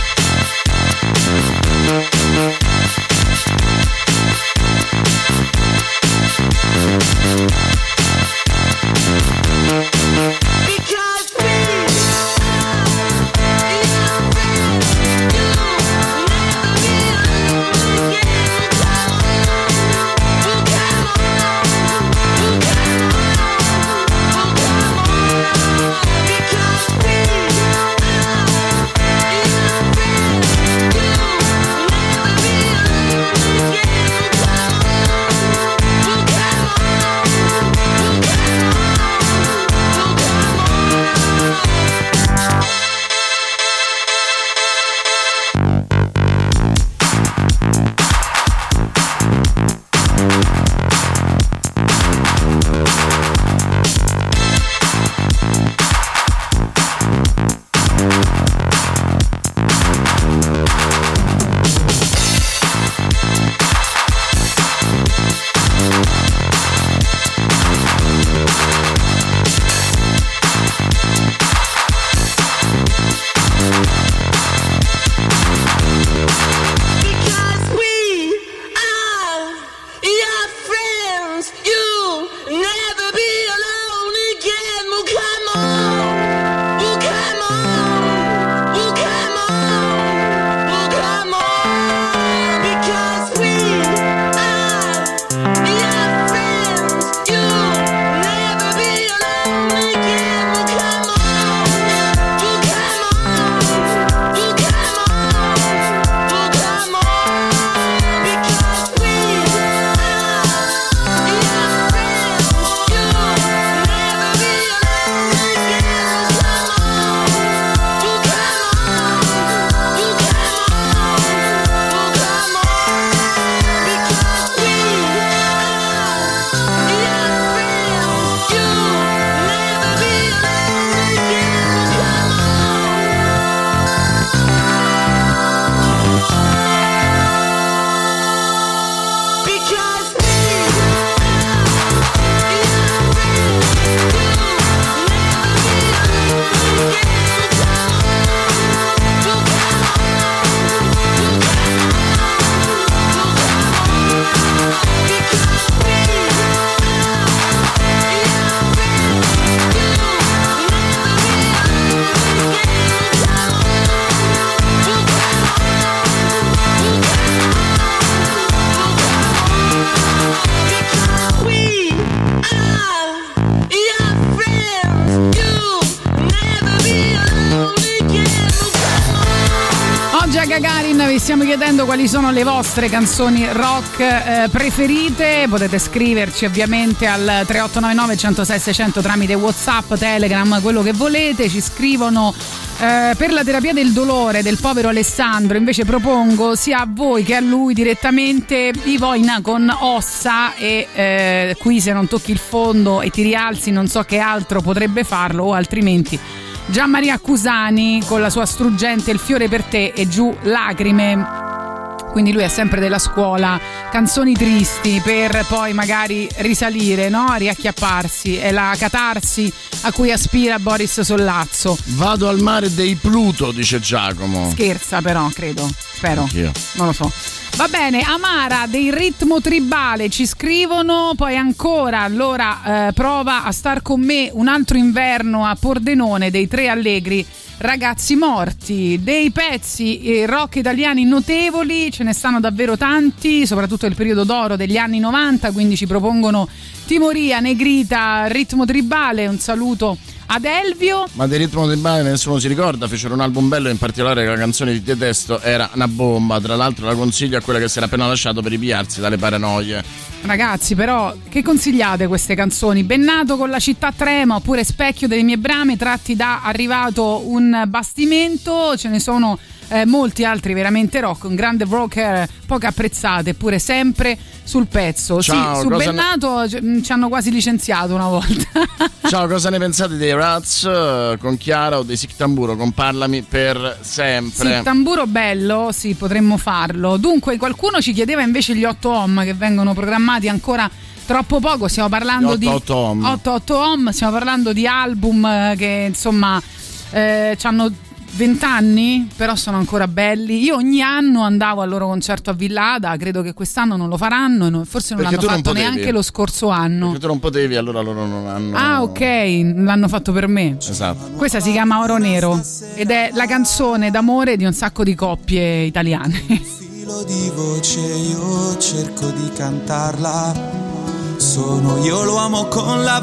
S4: Gagarin, vi stiamo chiedendo quali sono le vostre canzoni rock eh, preferite. Potete scriverci ovviamente al tre otto nove nove, uno zero sei, sei zero zero tramite WhatsApp, Telegram, quello che volete. Ci scrivono eh, per la terapia del dolore del povero Alessandro, invece propongo sia a voi che a lui direttamente Ivoina con Ossa, e eh, qui se non tocchi il fondo e ti rialzi non so che altro potrebbe farlo, o altrimenti Gian Maria Cusani con la sua struggente Il fiore per te e giù lacrime. Quindi lui è sempre della scuola canzoni tristi per poi magari risalire, no? Riacchiapparsi. È la catarsi a cui aspira Boris Sollazzo.
S22: Vado al mare dei Pluto, dice Giacomo.
S4: Scherza però, credo. Spero.
S22: Anch'io.
S4: Non lo so. Va bene, Amara dei Ritmo Tribale ci scrivono, poi ancora allora eh, prova a star con me un altro inverno a Pordenone dei Tre Allegri Ragazzi Morti. Dei pezzi eh, rock italiani notevoli, ce ne stanno davvero tanti, soprattutto il periodo d'oro degli anni novanta, quindi ci propongono Timoria, Negrita, Ritmo Tribale. Un saluto ad Elvio.
S22: Ma del Ritmo Tribale nessuno si ricorda, fecero un album bello, in particolare la canzone di Te Testo era una bomba, tra l'altro la consiglio a quella che si era appena lasciato per ripiarsi dalle paranoie.
S4: Ragazzi, però che consigliate queste canzoni? Bennato con La città trema, oppure Specchio delle mie brame, tratti da Arrivato un bastimento. Ce ne sono eh, molti altri veramente rock, un grande rocker, poco apprezzate, eppure sempre sul pezzo.
S22: Ciao,
S4: sì, su
S22: cosa
S4: Bennato ne... ci hanno quasi licenziato una volta.
S22: Ciao, cosa ne pensate dei Rats uh, con Chiara o dei Sic Tamburo con Parlami per sempre?
S4: Sì, tamburo bello, sì, potremmo farlo. Dunque, qualcuno ci chiedeva invece gli otto ohm che vengono programmati ancora troppo poco. Stiamo parlando
S22: otto,
S4: di
S22: otto ohm.
S4: otto otto ohm, stiamo parlando di album che insomma eh, hanno vent'anni, però sono ancora belli. Io ogni anno andavo al loro concerto a Villa Ada, credo che quest'anno non lo faranno e non, forse non
S22: Perché
S4: l'hanno
S22: non
S4: fatto
S22: potevi.
S4: neanche lo scorso anno.
S22: Perché tu non potevi, allora loro non hanno.
S4: Ah, ok, l'hanno fatto per me.
S22: Esatto.
S4: Questa si chiama Oro Nero ed è la canzone d'amore di un sacco di coppie italiane.
S14: Filo di voce io cerco di cantarla, sono io l'uomo con la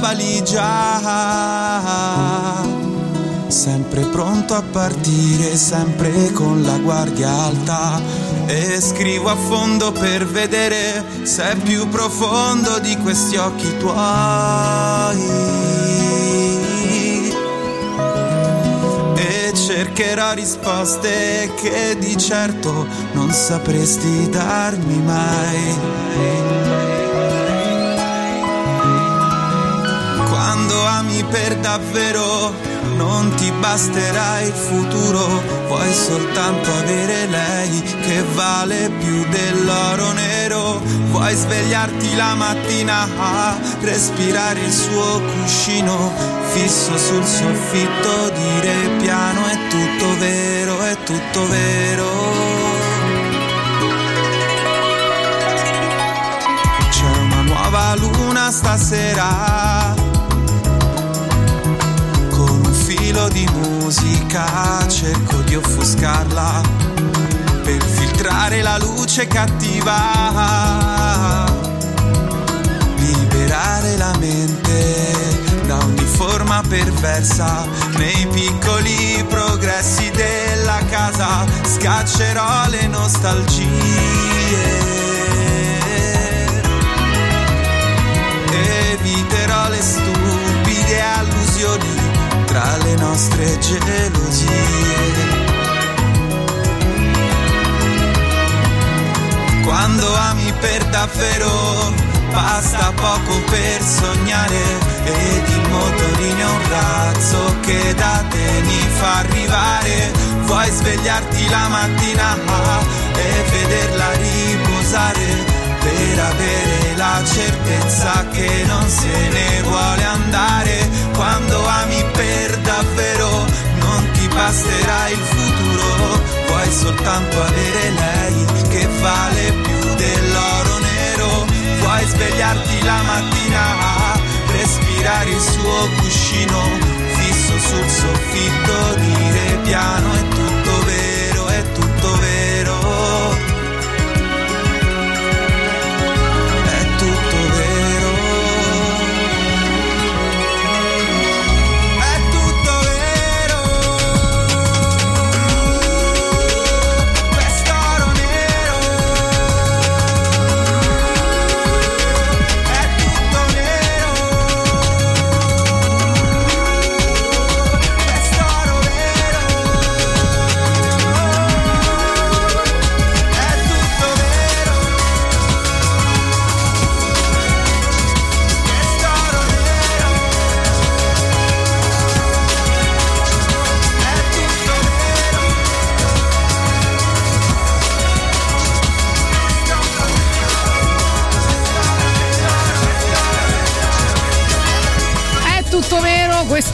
S14: valigia, sempre pronto a partire, sempre con la guardia alta, e scrivo a fondo per vedere se è più profondo di questi occhi tuoi, e cercherò risposte che di certo non sapresti darmi mai. Quando ami per davvero non ti basterà il futuro, vuoi soltanto avere lei che vale più dell'oro nero, vuoi svegliarti la mattina a respirare il suo cuscino fisso sul soffitto, dire piano è tutto vero, è tutto vero. C'è una nuova luna stasera, filo di musica cerco di offuscarla per filtrare la luce cattiva, liberare la mente da ogni forma perversa. Nei piccoli progressi della casa scaccerò le nostalgie, eviterò le stupide allusioni tra le nostre gelosie. Quando ami per davvero basta poco per sognare, ed il motorino è un razzo che da te mi fa arrivare. Vuoi svegliarti la mattina e vederla riposare, per avere la certezza che non se ne vuole andare. Quando ami per davvero non ti basterà il futuro, vuoi soltanto avere lei che vale più dell'oro nero, vuoi svegliarti la mattina a respirare il suo cuscino fisso sul soffitto, dire piano è tutto vero, è tutto vero.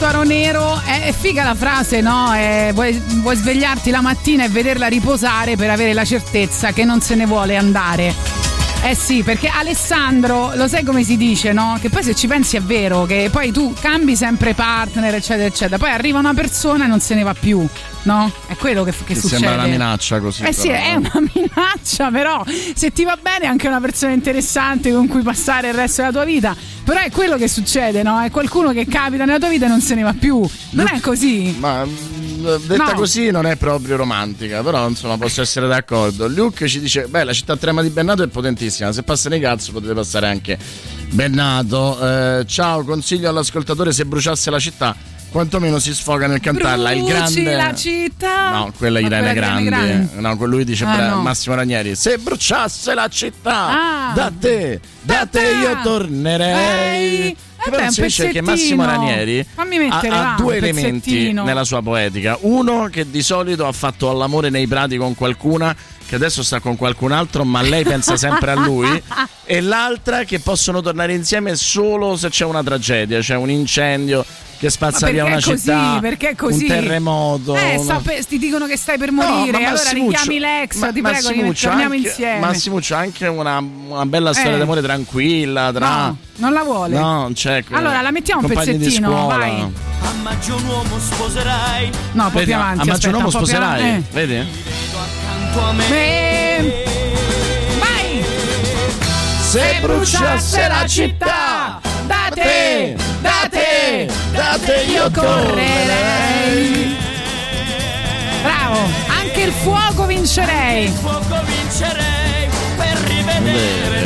S4: toro nero. È, è figa la frase, no? È, vuoi, vuoi svegliarti la mattina e vederla riposare per avere la certezza che non se ne vuole andare. Eh sì, perché Alessandro, lo sai come si dice, no? Che poi se ci pensi è vero, che poi tu cambi sempre partner, eccetera, eccetera. Poi arriva una persona e non se ne va più, no? È quello che, che, che succede.
S22: Sembra una minaccia così.
S4: Eh sì,
S22: però,
S4: è una minaccia, però se ti va bene è anche una persona interessante con cui passare il resto della tua vita. Però è quello che succede, no? È qualcuno che capita nella tua vita e non se ne va più. Non è così?
S22: Ma detta
S4: No.
S22: così non è proprio romantica, però insomma posso essere d'accordo. Luke ci dice: beh, la città trema di Bennato è potentissima, se passa nei cazzo potete passare anche Bennato. Eh, ciao, consiglio all'ascoltatore: se bruciasse la città, quantomeno si sfoga nel cantarla. Il
S4: Bruci
S22: grande
S4: la città.
S22: No, quella
S4: Ma
S22: Irene
S4: quella
S22: Grandi.
S4: Grandi.
S22: No, con lui dice
S4: Ah,
S22: bra-
S4: no.
S22: Massimo Ranieri: se bruciasse la città,
S4: Ah.
S22: da te, da te io tornerei.
S4: Ehi.
S22: Che
S4: Eh
S22: però
S4: beh,
S22: si
S4: un
S22: dice che
S4: pezzettino.
S22: Massimo Ranieri
S4: Fammi
S22: ha,
S4: mettere,
S22: ha
S4: va,
S22: due
S4: un
S22: elementi
S4: pezzettino.
S22: nella sua poetica. Uno, che di solito ha fatto all'amore nei prati con qualcuna che adesso sta con qualcun altro, ma lei pensa sempre a lui. E l'altra, che possono tornare insieme solo se c'è una tragedia, c'è un incendio che spazza
S4: Ma
S22: via una
S4: perché è così?
S22: città,
S4: Perché è così?
S22: un terremoto.
S4: Eh,
S22: una-
S4: sta per- ti dicono che stai per
S22: No,
S4: morire,
S22: ma
S4: allora
S22: Massimuccio-
S4: richiami l'ex,
S22: ma-
S4: ti prego,
S22: Massimuccio,
S4: torniamo
S22: anche-
S4: insieme.
S22: Massimuccio, anche una, una bella storia
S4: Eh.
S22: d'amore tranquilla tra...
S4: No, non la vuole.
S22: No, non c'è.
S4: Allora, la mettiamo un
S22: compagni di
S4: pezzettino,
S22: scuola.
S4: vai.
S6: A maggio un uomo sposerai.
S4: No, un po'
S22: Vedi,
S4: più avanti.
S22: a maggio un
S4: aspetta,
S22: uomo
S4: un po' più
S22: sposerai,
S4: avanti.
S22: vedi?
S6: Accanto a me.
S4: Eh. Vai!
S22: Se bruciasse la città,
S4: da te, da te,
S22: da te
S4: io correrei. Bravo, anche il fuoco vincerei.
S6: Il fuoco vincerei per rivedere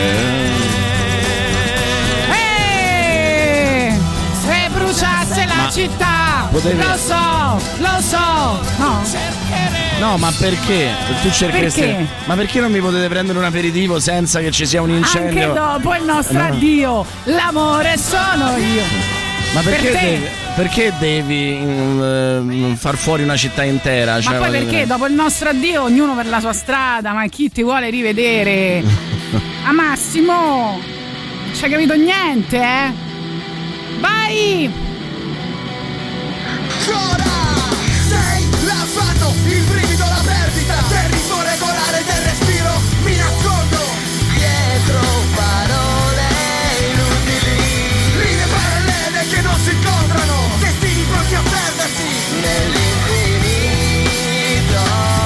S4: Eh, se bruciasse la
S22: Ma
S4: città,
S22: potevi-
S4: lo so, lo so. No,
S22: No, ma perché? Tu cercheresti.
S4: Perché?
S22: Ma perché non mi potete prendere un aperitivo senza che ci sia un incendio?
S4: anche dopo il nostro
S22: No.
S4: addio, l'amore sono io.
S22: Ma perché,
S4: Per te.
S22: devi, perché devi mm, far fuori una città intera?
S4: Ma
S22: Cioè,
S4: poi
S22: voglio
S4: perché
S22: dire-
S4: dopo il nostro addio ognuno per la sua strada, ma chi ti vuole rivedere? A Massimo! Non ci hai capito niente, eh? Vai!
S15: Sei l'affanno, il brivido, la perdita del ritmo regolare del respiro. Mi nascondo dietro parole inutili, linee parallele che non si incontrano, destini pronti a perdersi nell'infinito.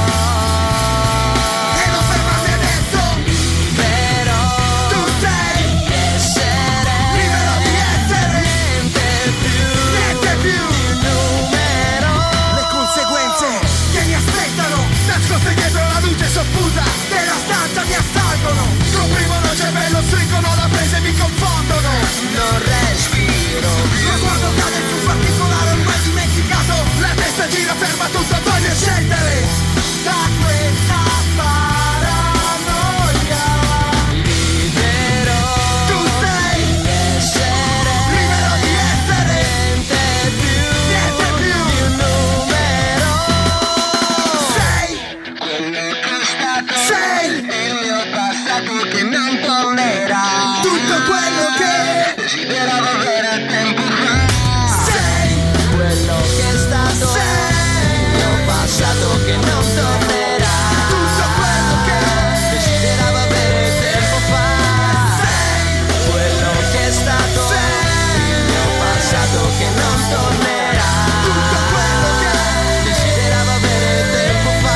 S15: E non fermarmi adesso, però tu sei essere libero di essere niente più, niente più di un numero. Le conseguenze che mi aspettano, nascoste dietro la luce soffusa della stanza, mi assalgono, comprimono il cervello, stringono la presa e mi confondono. Non respiro più. Lo sguardo cade su un particolare ormai dimenticato, la testa gira, ferma tutto, voglio scendere da questa paranoia. Libero, tu sei essere libero di essere niente più, niente più di un numero. Sei quello che è stato, sei il mio passato che non tornerà, tutto quello che desideravo avere a tempo fa. Sei quello che è stato, sei il mio passato che non tornerà, tutto quello che desideravo avere tempo fa. Sei quello che è stato, sei il mio passato che non tornerà, tutto quello che desideravo avere tempo fa.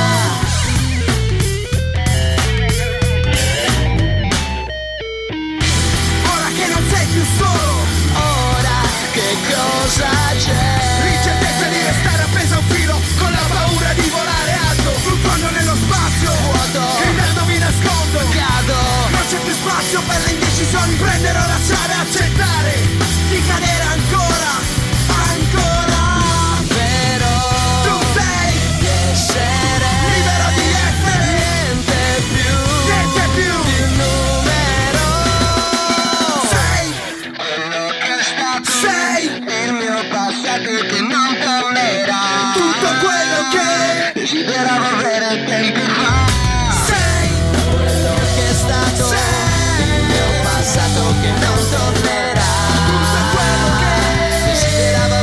S15: Ora che non sei più solo, ora che cosa c'è? L'incertezza di restare appesa a un filo, con la paura di volare alto, fluttuando nello spazio vuoto, gridando mi nascondo, cado. Non c'è più spazio per le indecisioni, prendere o lasciare, accettare di cadere ancora, ancora. Però tu sei di essere libero di essere niente più, niente più di un numero. Sei quello che è stato, sei il mio passato che non tornerà, tutto quello che desideravo avere tempo fa. Sei quello che è stato, sei il mio passato che non tornerà, tutto quello che desideravo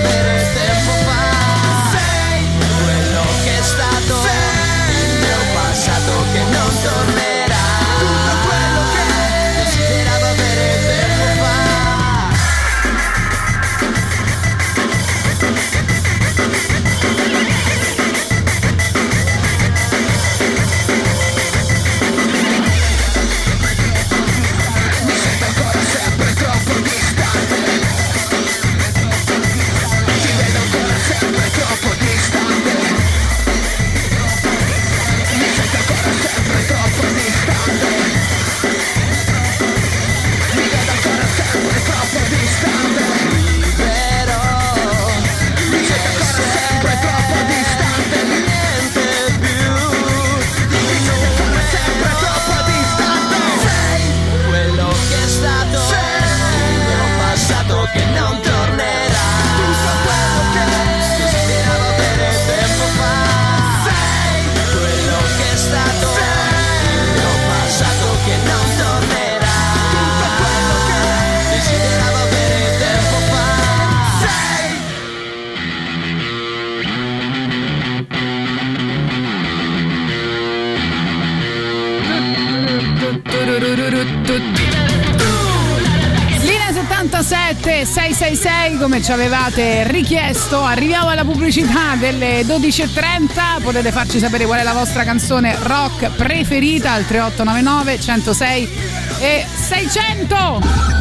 S4: sei sei come ci avevate richiesto. Arriviamo alla pubblicità delle dodici e trenta. Potete farci sapere qual è la vostra canzone rock preferita al tre otto nove nove centosei e seicento.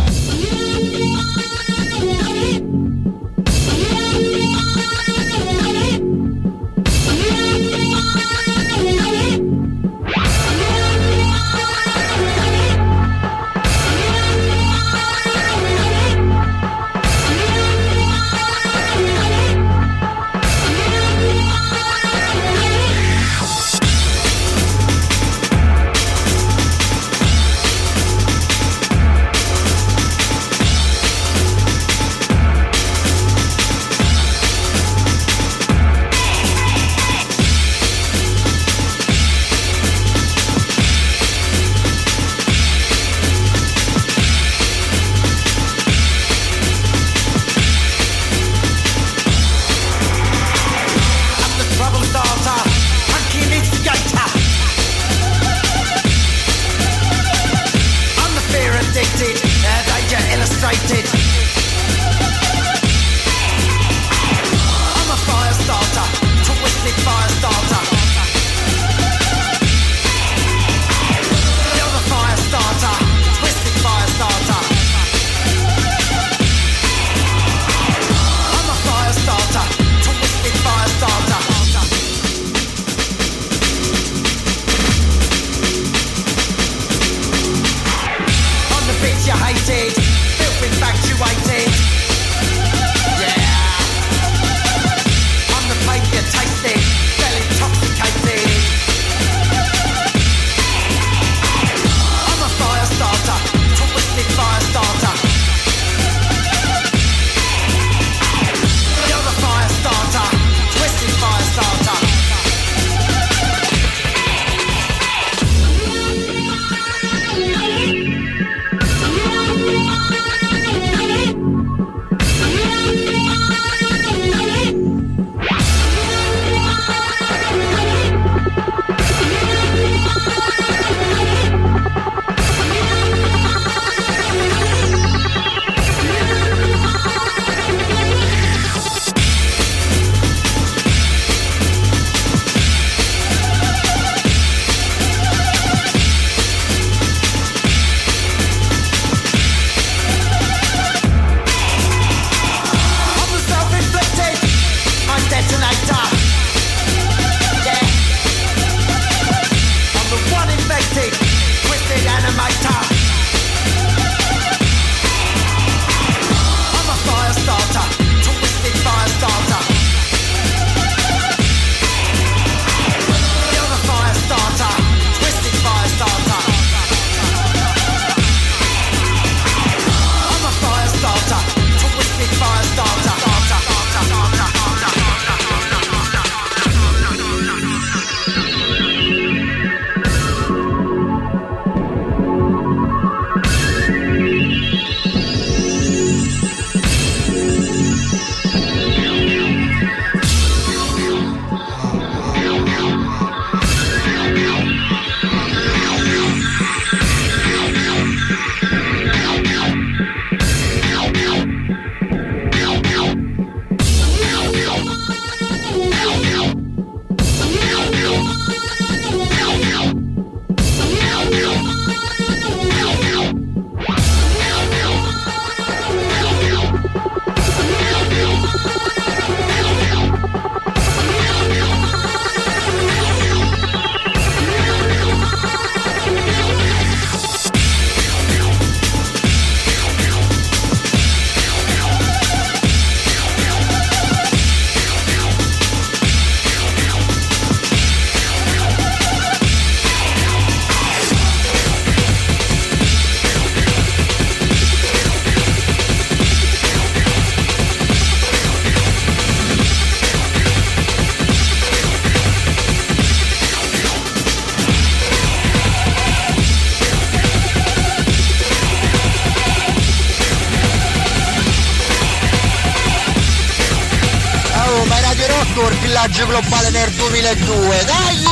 S16: Rock villaggio globale nel duemiladue,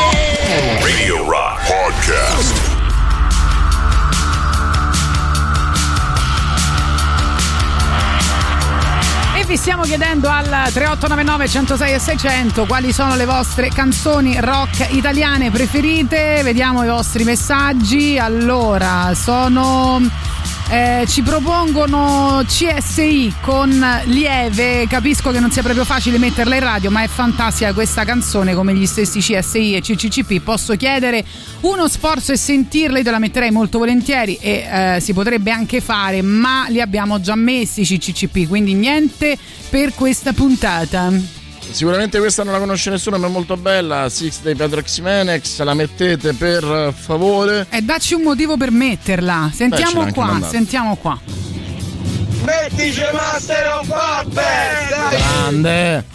S16: dai!
S2: Radio Rock Podcast.
S4: vi stiamo chiedendo al tre otto nove nove uno zero sei e seicento quali sono le vostre canzoni rock italiane preferite. Vediamo i vostri messaggi. Allora, sono... Eh, ci propongono C S I con Lieve. Capisco che non sia proprio facile metterla in radio, ma è fantastica questa canzone, come gli stessi C S I e C C C P. Posso chiedere uno sforzo e sentirla? Io te la metterei molto volentieri e eh, si potrebbe anche fare, ma li abbiamo già messi C C C P, quindi niente per questa puntata.
S22: Sicuramente questa non la conosce nessuno, ma è molto bella. Six dei Pedro Ximenex, la mettete per favore.
S4: E dacci un motivo per metterla. Sentiamo
S22: Beh,
S4: qua, sentiamo qua.
S6: Mettici Master of Puppets!
S22: Grande!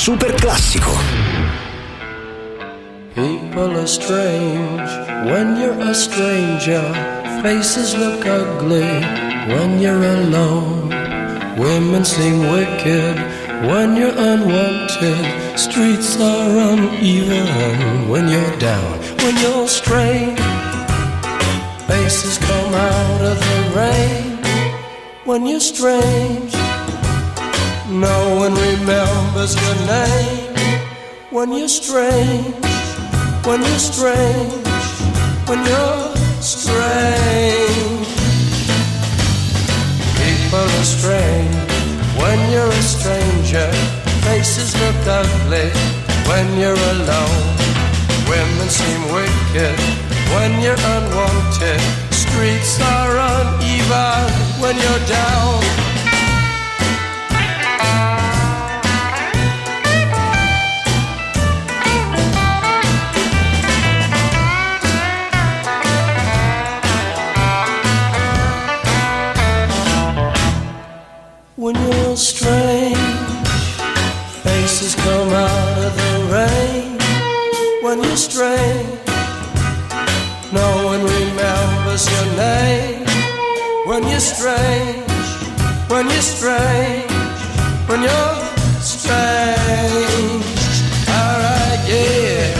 S1: super classico.
S18: People are strange when you're a stranger. Faces look ugly when you're alone. Women seem wicked when you're unwanted. Streets are uneven when you're down. When you're strange, faces come out of the rain. When you're strange, no one remembers your name. When you're strange, when you're strange, when you're strange. People are strange when you're a stranger. Faces look ugly when you're alone. Women seem wicked when you're unwanted. Streets are uneven when you're down. When you're strange, faces come out of the rain. When you're strange, no one remembers your name. When you're strange, when you're strange, when you're strange. Alright, yeah.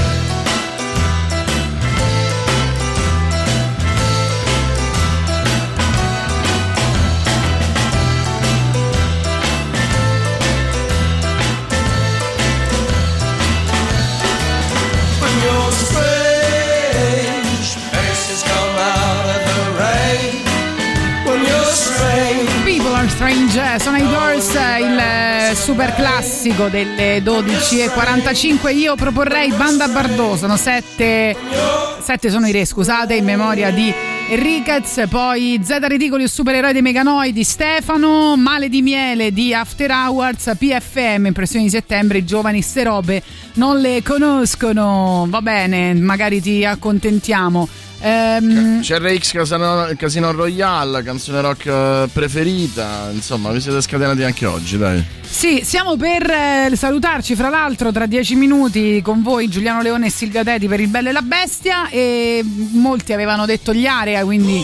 S4: Strange, sono i Doors, il super classico delle dodici e quarantacinque. Io proporrei Banda Bardot, sono sette, sette sono i re, scusate, in memoria di Enriquez, poi Zeta Reticoli o Supereroi dei Meganoi di Stefano, Male di Miele di After Hours, P F M, Impressioni di Settembre, i giovani ste robe non le conoscono, va bene, magari ti accontentiamo. Um,
S22: C R X Casino, Casino Royale, canzone rock preferita, insomma vi siete scatenati anche oggi, dai.
S4: Sì, siamo per eh, salutarci fra l'altro tra dieci minuti con voi Giuliano Leone e Silvia Teti per Il Bello e la Bestia, e molti avevano detto gli Area, quindi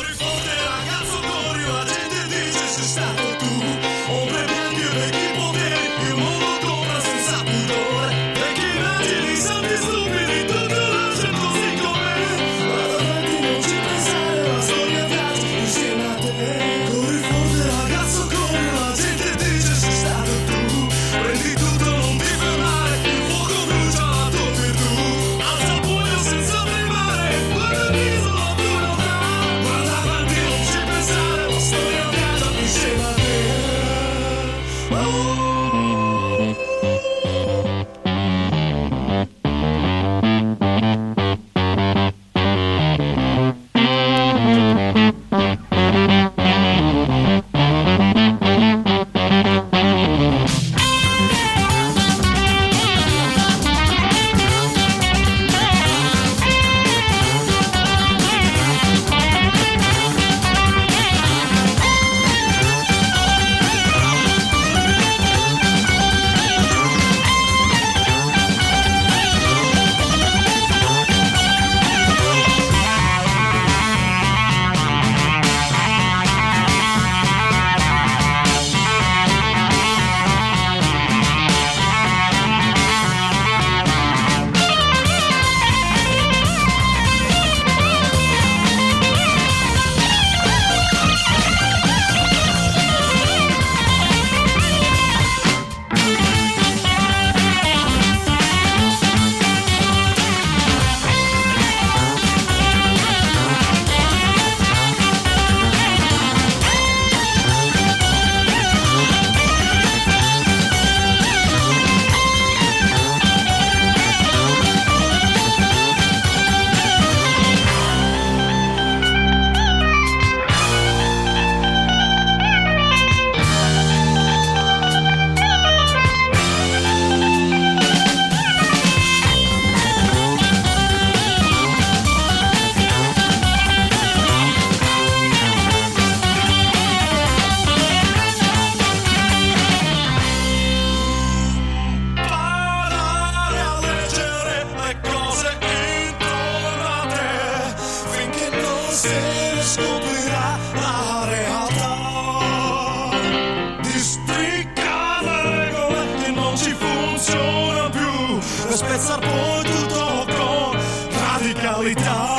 S7: expressar poi tutto con radicalità.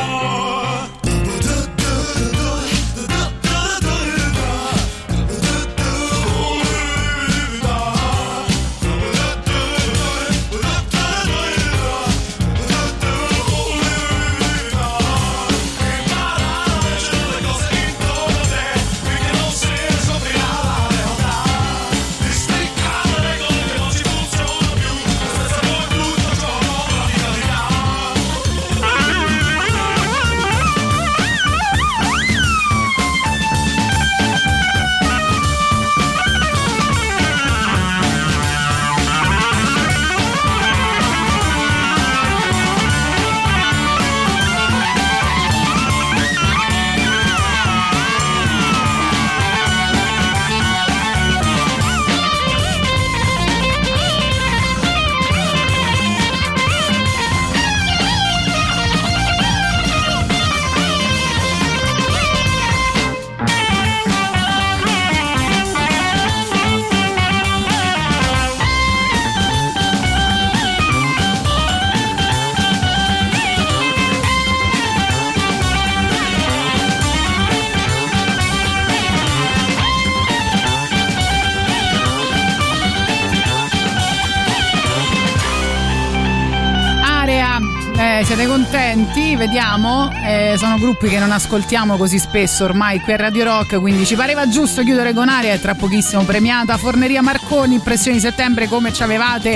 S4: Siete contenti? Vediamo. Eh, sono gruppi che non ascoltiamo così spesso ormai qui a Radio Rock, quindi ci pareva giusto chiudere con Aria. E tra pochissimo premiata Forneria Marconi, impressioni di settembre come ci avevate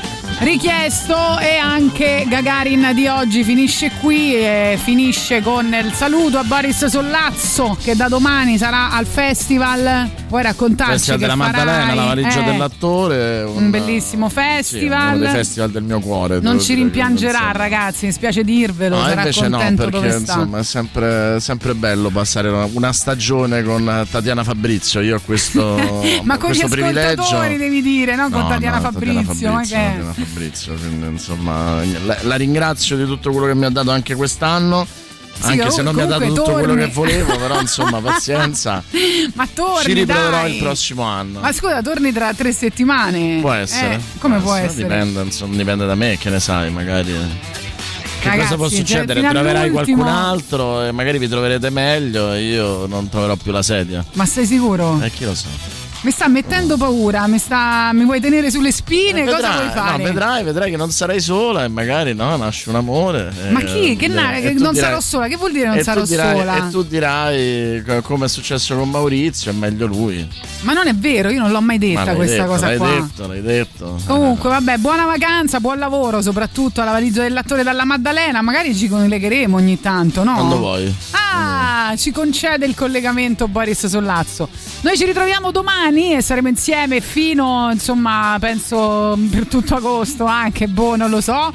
S4: richiesto. E anche Gagarin di oggi finisce qui e finisce con il saluto a Boris Sollazzo, che da domani sarà al festival. Vuoi raccontarci
S22: Festival
S4: che
S22: della
S4: farai?
S22: Maddalena, la valigia
S4: eh,
S22: dell'attore, un,
S4: un bellissimo festival.
S22: Sì, uno dei festival del mio cuore.
S4: Non ci
S22: dire,
S4: rimpiangerà,
S22: insomma.
S4: ragazzi, mi spiace dirvelo.
S22: No,
S4: sarà
S22: invece no,
S4: contento
S22: perché
S4: dove sta.
S22: insomma è sempre, sempre bello passare una, una stagione con Tatiana Fabrizio. Io ho questo,
S4: ma con gli
S22: questo privilegio.
S4: ascoltatori devi dire, no? Con
S22: No,
S4: Tatiana
S22: no,
S4: Fabrizio,
S22: Tatiana
S4: ma
S22: Fabrizio,
S4: che...
S22: Tatiana Fabrizio, quindi, insomma, la, la ringrazio di tutto quello che mi ha dato anche quest'anno.
S4: Sì,
S22: anche se non mi ha dato tutto
S4: torni.
S22: quello che volevo, però insomma, pazienza.
S4: Ma torni,
S22: Ci riproverò
S4: dai.
S22: il prossimo anno.
S4: Ma scusa, torni tra tre settimane?
S22: Può essere.
S4: Eh, come può
S22: essere?
S4: essere?
S22: Dipende, insomma, dipende da me, che ne sai, magari. Che
S4: Ragazzi,
S22: cosa può succedere?
S4: fino
S22: Troverai
S4: all'ultimo-
S22: qualcun altro e magari vi troverete meglio e io non troverò più la sedia.
S4: Ma sei sicuro?
S22: E chi lo sa?
S4: Mi sta mettendo paura, mi sta mi vuoi tenere sulle spine?
S22: Eh,
S4: Cosa
S22: vedrai,
S4: vuoi fare?
S22: No, vedrai, vedrai che non sarai sola e magari no, nasce un amore.
S4: Ma
S22: eh,
S4: chi? Che, na-
S22: e
S4: che
S22: tu
S4: non
S22: dirai-
S4: sarò sola? Che vuol dire non
S22: e
S4: sarò
S22: tu dirai-
S4: sola?
S22: E tu dirai co- come è successo con Maurizio, è meglio lui.
S4: Ma non è vero, io non l'ho mai
S22: Ma
S4: detta
S22: l'hai
S4: questa
S22: detto,
S4: cosa
S22: l'hai
S4: qua.
S22: detto, l'hai detto.
S4: Comunque, vabbè, buona vacanza, buon lavoro, soprattutto alla valigia dell'attore dalla Maddalena. Magari ci collegheremo ogni tanto, no?
S22: Quando vuoi.
S4: Ah, ci concede il collegamento Boris Sollazzo. Noi ci ritroviamo domani e saremo insieme fino, insomma, penso per tutto agosto anche, boh, non lo so.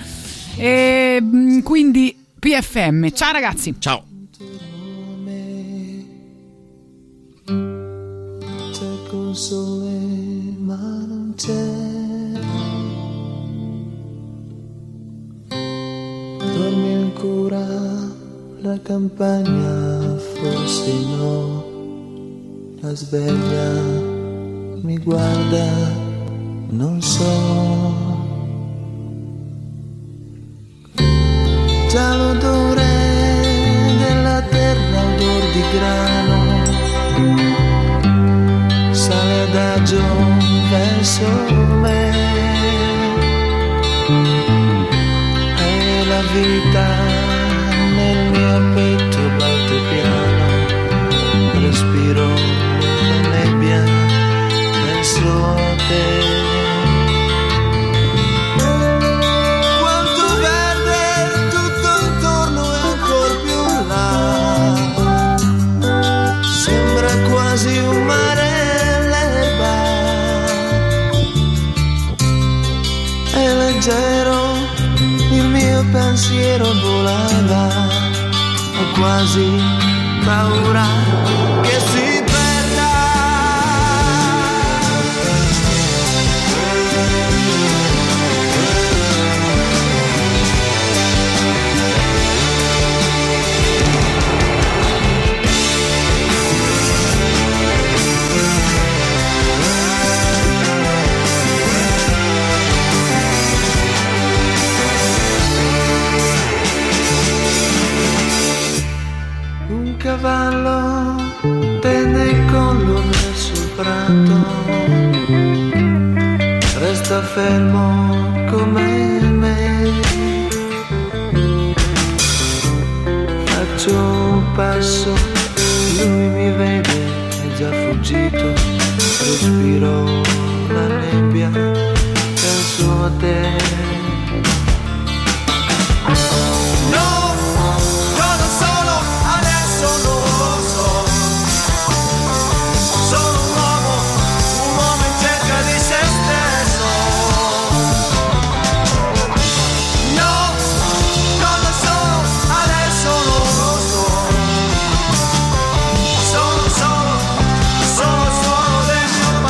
S4: E mm, quindi P F M. Ciao ragazzi.
S22: Ciao.
S7: C'è col sole ma non c'è. Dormi ancora la campagna, forse no. La sveglia mi guarda, non so. Già l'odore della terra, odor di grano, sale adagio verso me. E la vita nel mio petto batte piano, respiro la nebbia, penso a te. Quanto verde tutto intorno e ancor più là, sembra quasi un mare l'erba, è leggero il mio pensiero volava, ho quasi paura che si perda.
S3: fermo come me. Faccio un passo, lui mi vede, è già fuggito. Respiro la nebbia, penso a te.
S6: No, sono solo, adesso non lo so. Sono un uomo, un uomo in cerca di se stesso. No, cosa sono, adesso non lo so. Sono solo, sono il suono del mio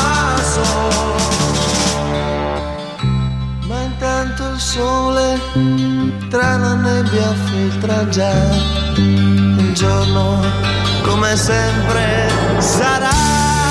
S6: passo.
S3: Ma intanto il sole tra la nebbia filtra già. Un giorno come sempre sarà.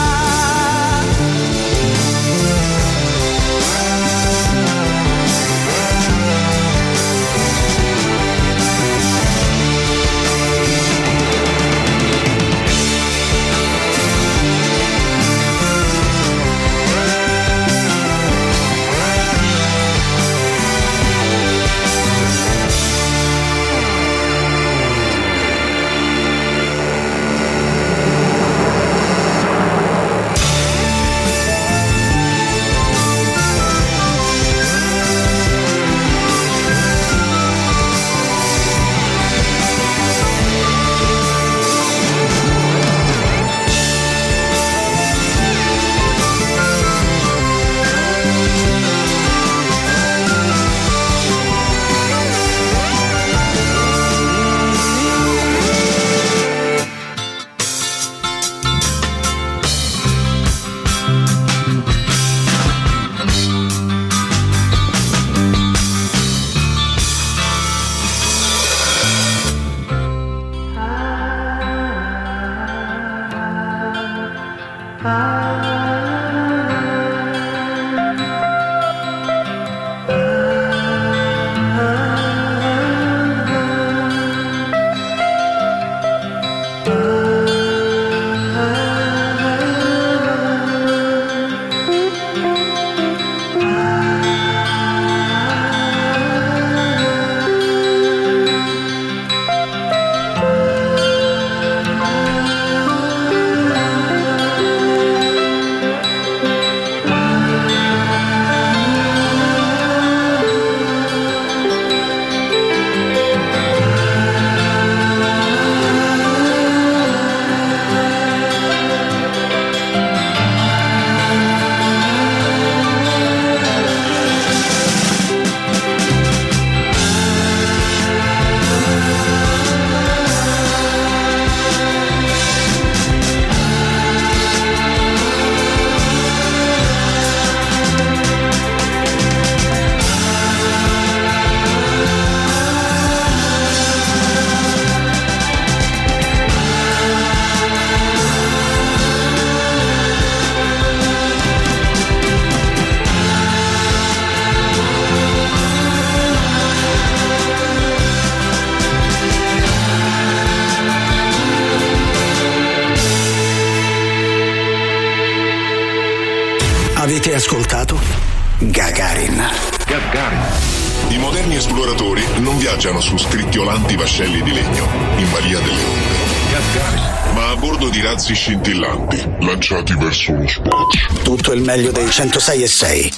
S1: Avete ascoltato Gagarin.
S2: Gagarin. I moderni esploratori non viaggiano su scricchiolanti vascelli di legno in balia delle onde. Gagarin. Ma a bordo di razzi scintillanti lanciati verso lo spazio.
S1: Tutto il meglio dei centosei e sei.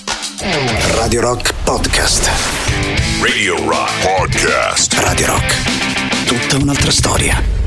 S1: Radio Rock Podcast.
S2: Radio Rock Podcast.
S1: Radio Rock. Tutta un'altra storia.